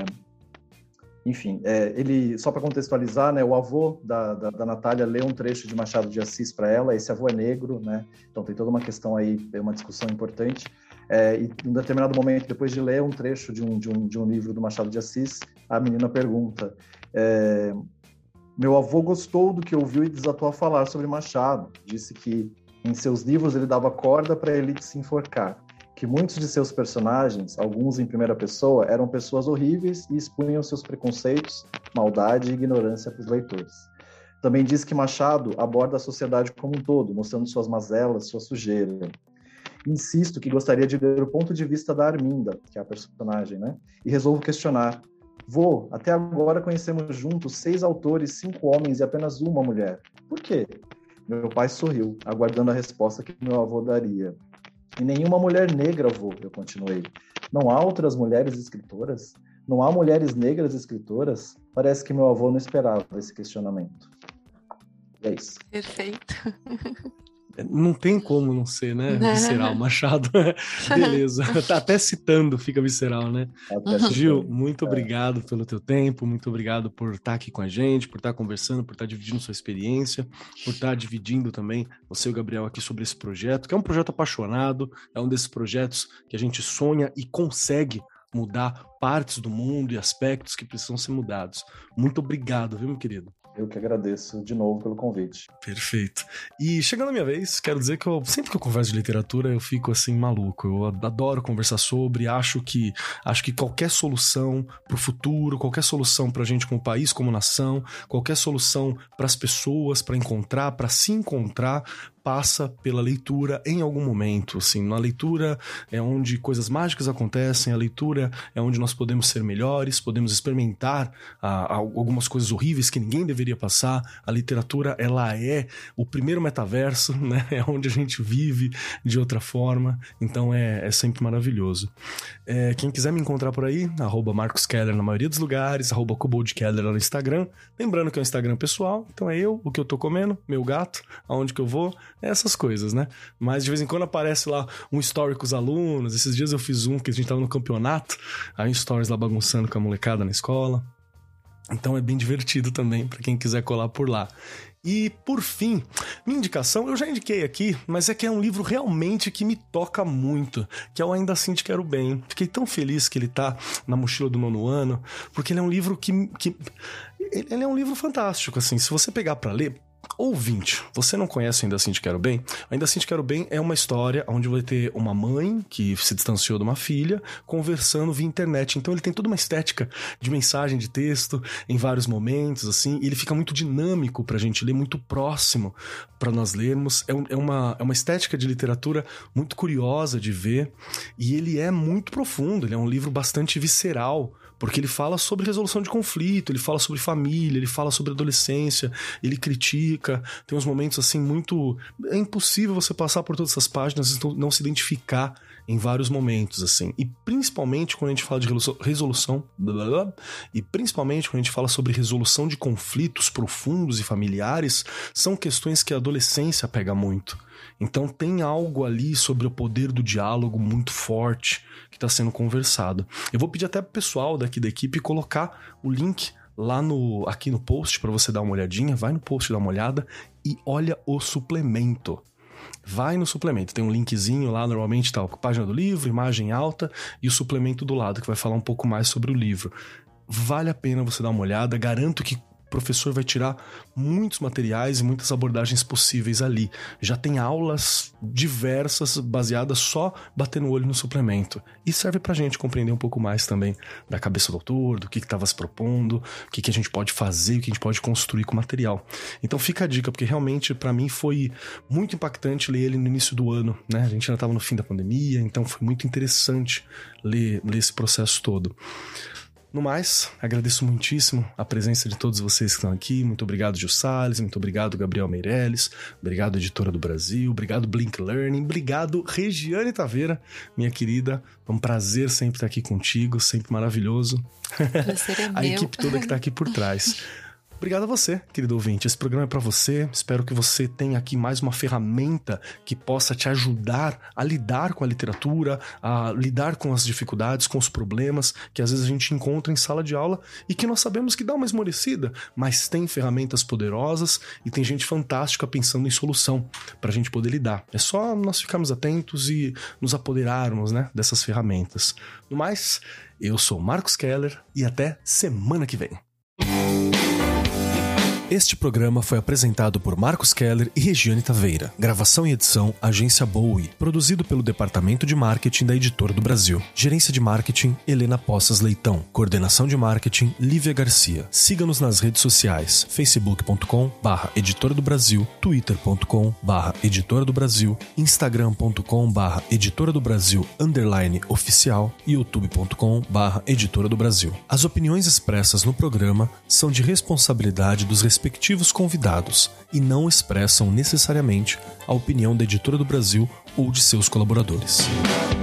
[SPEAKER 4] Enfim, é, ele, só para contextualizar, né, o avô da, da, da Natália lê um trecho de Machado de Assis para ela, esse avô é negro, né, então tem toda uma questão aí, uma discussão importante, é, e em um determinado momento, depois de ler um trecho de um, de um, de um livro do Machado de Assis, a menina pergunta, é, meu avô gostou do que ouviu e desatou a falar sobre Machado, disse que em seus livros ele dava corda para a elite se enforcar, que muitos de seus personagens, alguns em primeira pessoa, eram pessoas horríveis e expunham seus preconceitos, maldade e ignorância para os leitores. Também diz que Machado aborda a sociedade como um todo, mostrando suas mazelas, sua sujeira. Insisto que gostaria de ler o ponto de vista da Arminda, que é a personagem, né? E resolvo questionar. Vô, até agora conhecemos juntos seis autores, cinco homens e apenas uma mulher. Por quê? Meu pai sorriu, aguardando a resposta que meu avô daria. E nenhuma mulher negra, avô, eu continuei. Não há outras mulheres escritoras? Não há mulheres negras escritoras? Parece que meu avô não esperava esse questionamento. E é isso.
[SPEAKER 2] Perfeito.
[SPEAKER 1] Não tem como não ser, né? Visceral, Machado. Beleza. Tá até citando, fica visceral, né?
[SPEAKER 4] Até
[SPEAKER 1] Gil,
[SPEAKER 4] citando.
[SPEAKER 1] muito
[SPEAKER 4] É.
[SPEAKER 1] obrigado pelo teu tempo, muito obrigado por estar aqui com a gente, por estar conversando, por estar dividindo sua experiência, por estar dividindo também, você e o Gabriel, aqui sobre esse projeto, que é um projeto apaixonado, é um desses projetos que a gente sonha e consegue mudar partes do mundo e aspectos que precisam ser mudados. Muito obrigado, viu, meu querido?
[SPEAKER 4] Eu que agradeço de novo pelo convite.
[SPEAKER 1] Perfeito. E chegando a minha vez, quero dizer que eu sempre que eu converso de literatura, eu fico assim maluco. Eu adoro conversar sobre, acho que acho que qualquer solução pro futuro, qualquer solução pra gente como país, como nação, qualquer solução pras pessoas, pra encontrar, pra se encontrar, passa pela leitura em algum momento, assim, na leitura é onde coisas mágicas acontecem, a leitura é onde nós podemos ser melhores, podemos experimentar ah, algumas coisas horríveis que ninguém deveria passar, a literatura, ela é o primeiro metaverso, né, é onde a gente vive de outra forma, então é, é sempre maravilhoso. É, quem quiser me encontrar por aí, arroba Marcos Keller na maioria dos lugares, arroba Kobold Keller lá no Instagram, lembrando que é um Instagram pessoal, então é eu, o que eu tô comendo, meu gato, aonde que eu vou, essas coisas, né? Mas de vez em quando aparece lá um story com os alunos. Esses dias eu fiz um que a gente tava no campeonato, aí um stories lá bagunçando com a molecada na escola. Então é bem divertido também pra quem quiser colar por lá. E, por fim, minha indicação, eu já indiquei aqui, mas é que é um livro realmente que me toca muito, que é o Ainda Assim Te Quero Bem. Fiquei tão feliz que ele tá na mochila do nono ano, porque ele é um livro que... que ele é um livro fantástico, assim, se você pegar pra ler... Ouvinte, você não conhece Ainda Assim Te Quero Bem? Ainda Assim Te Quero Bem é uma história onde vai ter uma mãe que se distanciou de uma filha conversando via internet. Então ele tem toda uma estética de mensagem de texto em vários momentos, assim, e ele fica muito dinâmico pra gente ler, muito próximo pra nós lermos. É, um, é, uma, é uma estética de literatura muito curiosa de ver e ele é muito profundo, ele é um livro bastante visceral, porque ele fala sobre resolução de conflito, ele fala sobre família, ele fala sobre adolescência, ele critica, tem uns momentos assim muito... É impossível você passar por todas essas páginas e não se identificar em vários momentos, assim. E principalmente quando a gente fala de resolução, blá, blá, blá, e principalmente quando a gente fala sobre resolução de conflitos profundos e familiares, são questões que a adolescência pega muito. Então tem algo ali sobre o poder do diálogo muito forte que está sendo conversado. Eu vou pedir até pro pessoal daqui da equipe colocar o link lá no, aqui no post para você dar uma olhadinha. Vai no post, dá uma olhada e olha o suplemento. Vai no suplemento, tem um linkzinho lá, normalmente tá a página do livro, imagem alta e o suplemento do lado que vai falar um pouco mais sobre o livro. Vale a pena você dar uma olhada, garanto que o professor vai tirar muitos materiais e muitas abordagens possíveis ali. Já tem aulas diversas baseadas só batendo o olho no suplemento. E serve pra gente compreender um pouco mais também da cabeça do autor, do que estava se propondo, o que, que a gente pode fazer, o que a gente pode construir com o material. Então fica a dica, porque realmente pra mim foi muito impactante ler ele no início do ano, né? A gente ainda estava no fim da pandemia, então foi muito interessante ler, ler esse processo todo. No mais, agradeço muitíssimo a presença de todos vocês que estão aqui. Muito obrigado, Gil Salles. Muito obrigado, Gabriel Meirelles. Obrigado, Editora do Brasil. Obrigado, Blink Learning. Obrigado, Regiane Taveira, minha querida. É um prazer sempre estar aqui contigo, sempre maravilhoso.
[SPEAKER 2] Prazer é
[SPEAKER 1] a
[SPEAKER 2] meu.
[SPEAKER 1] equipe toda que está aqui por trás. Obrigado a você, querido ouvinte. Esse programa é para você. Espero que você tenha aqui mais uma ferramenta que possa te ajudar a lidar com a literatura, a lidar com as dificuldades, com os problemas que às vezes a gente encontra em sala de aula e que nós sabemos que dá uma esmorecida, mas tem ferramentas poderosas e tem gente fantástica pensando em solução para a gente poder lidar. É só nós ficarmos atentos e nos apoderarmos, né, dessas ferramentas. No mais, eu sou Marcos Keller e até semana que vem. Este programa foi apresentado por Marcos Keller e Regiane Taveira. Gravação e edição, Agência Bowie. Produzido pelo Departamento de Marketing da Editora do Brasil. Gerência de Marketing, Helena Poças Leitão. Coordenação de Marketing, Lívia Garcia. Siga-nos nas redes sociais, facebook ponto com barra Editora do Brasil, twitter ponto com barra Editora do Brasil, instagram ponto com barra Editora do Brasil, underline oficial e youtube ponto com barra Editora do Brasil. As opiniões expressas no programa são de responsabilidade dos respectivos convidados e não expressam necessariamente a opinião da Editora do Brasil ou de seus colaboradores.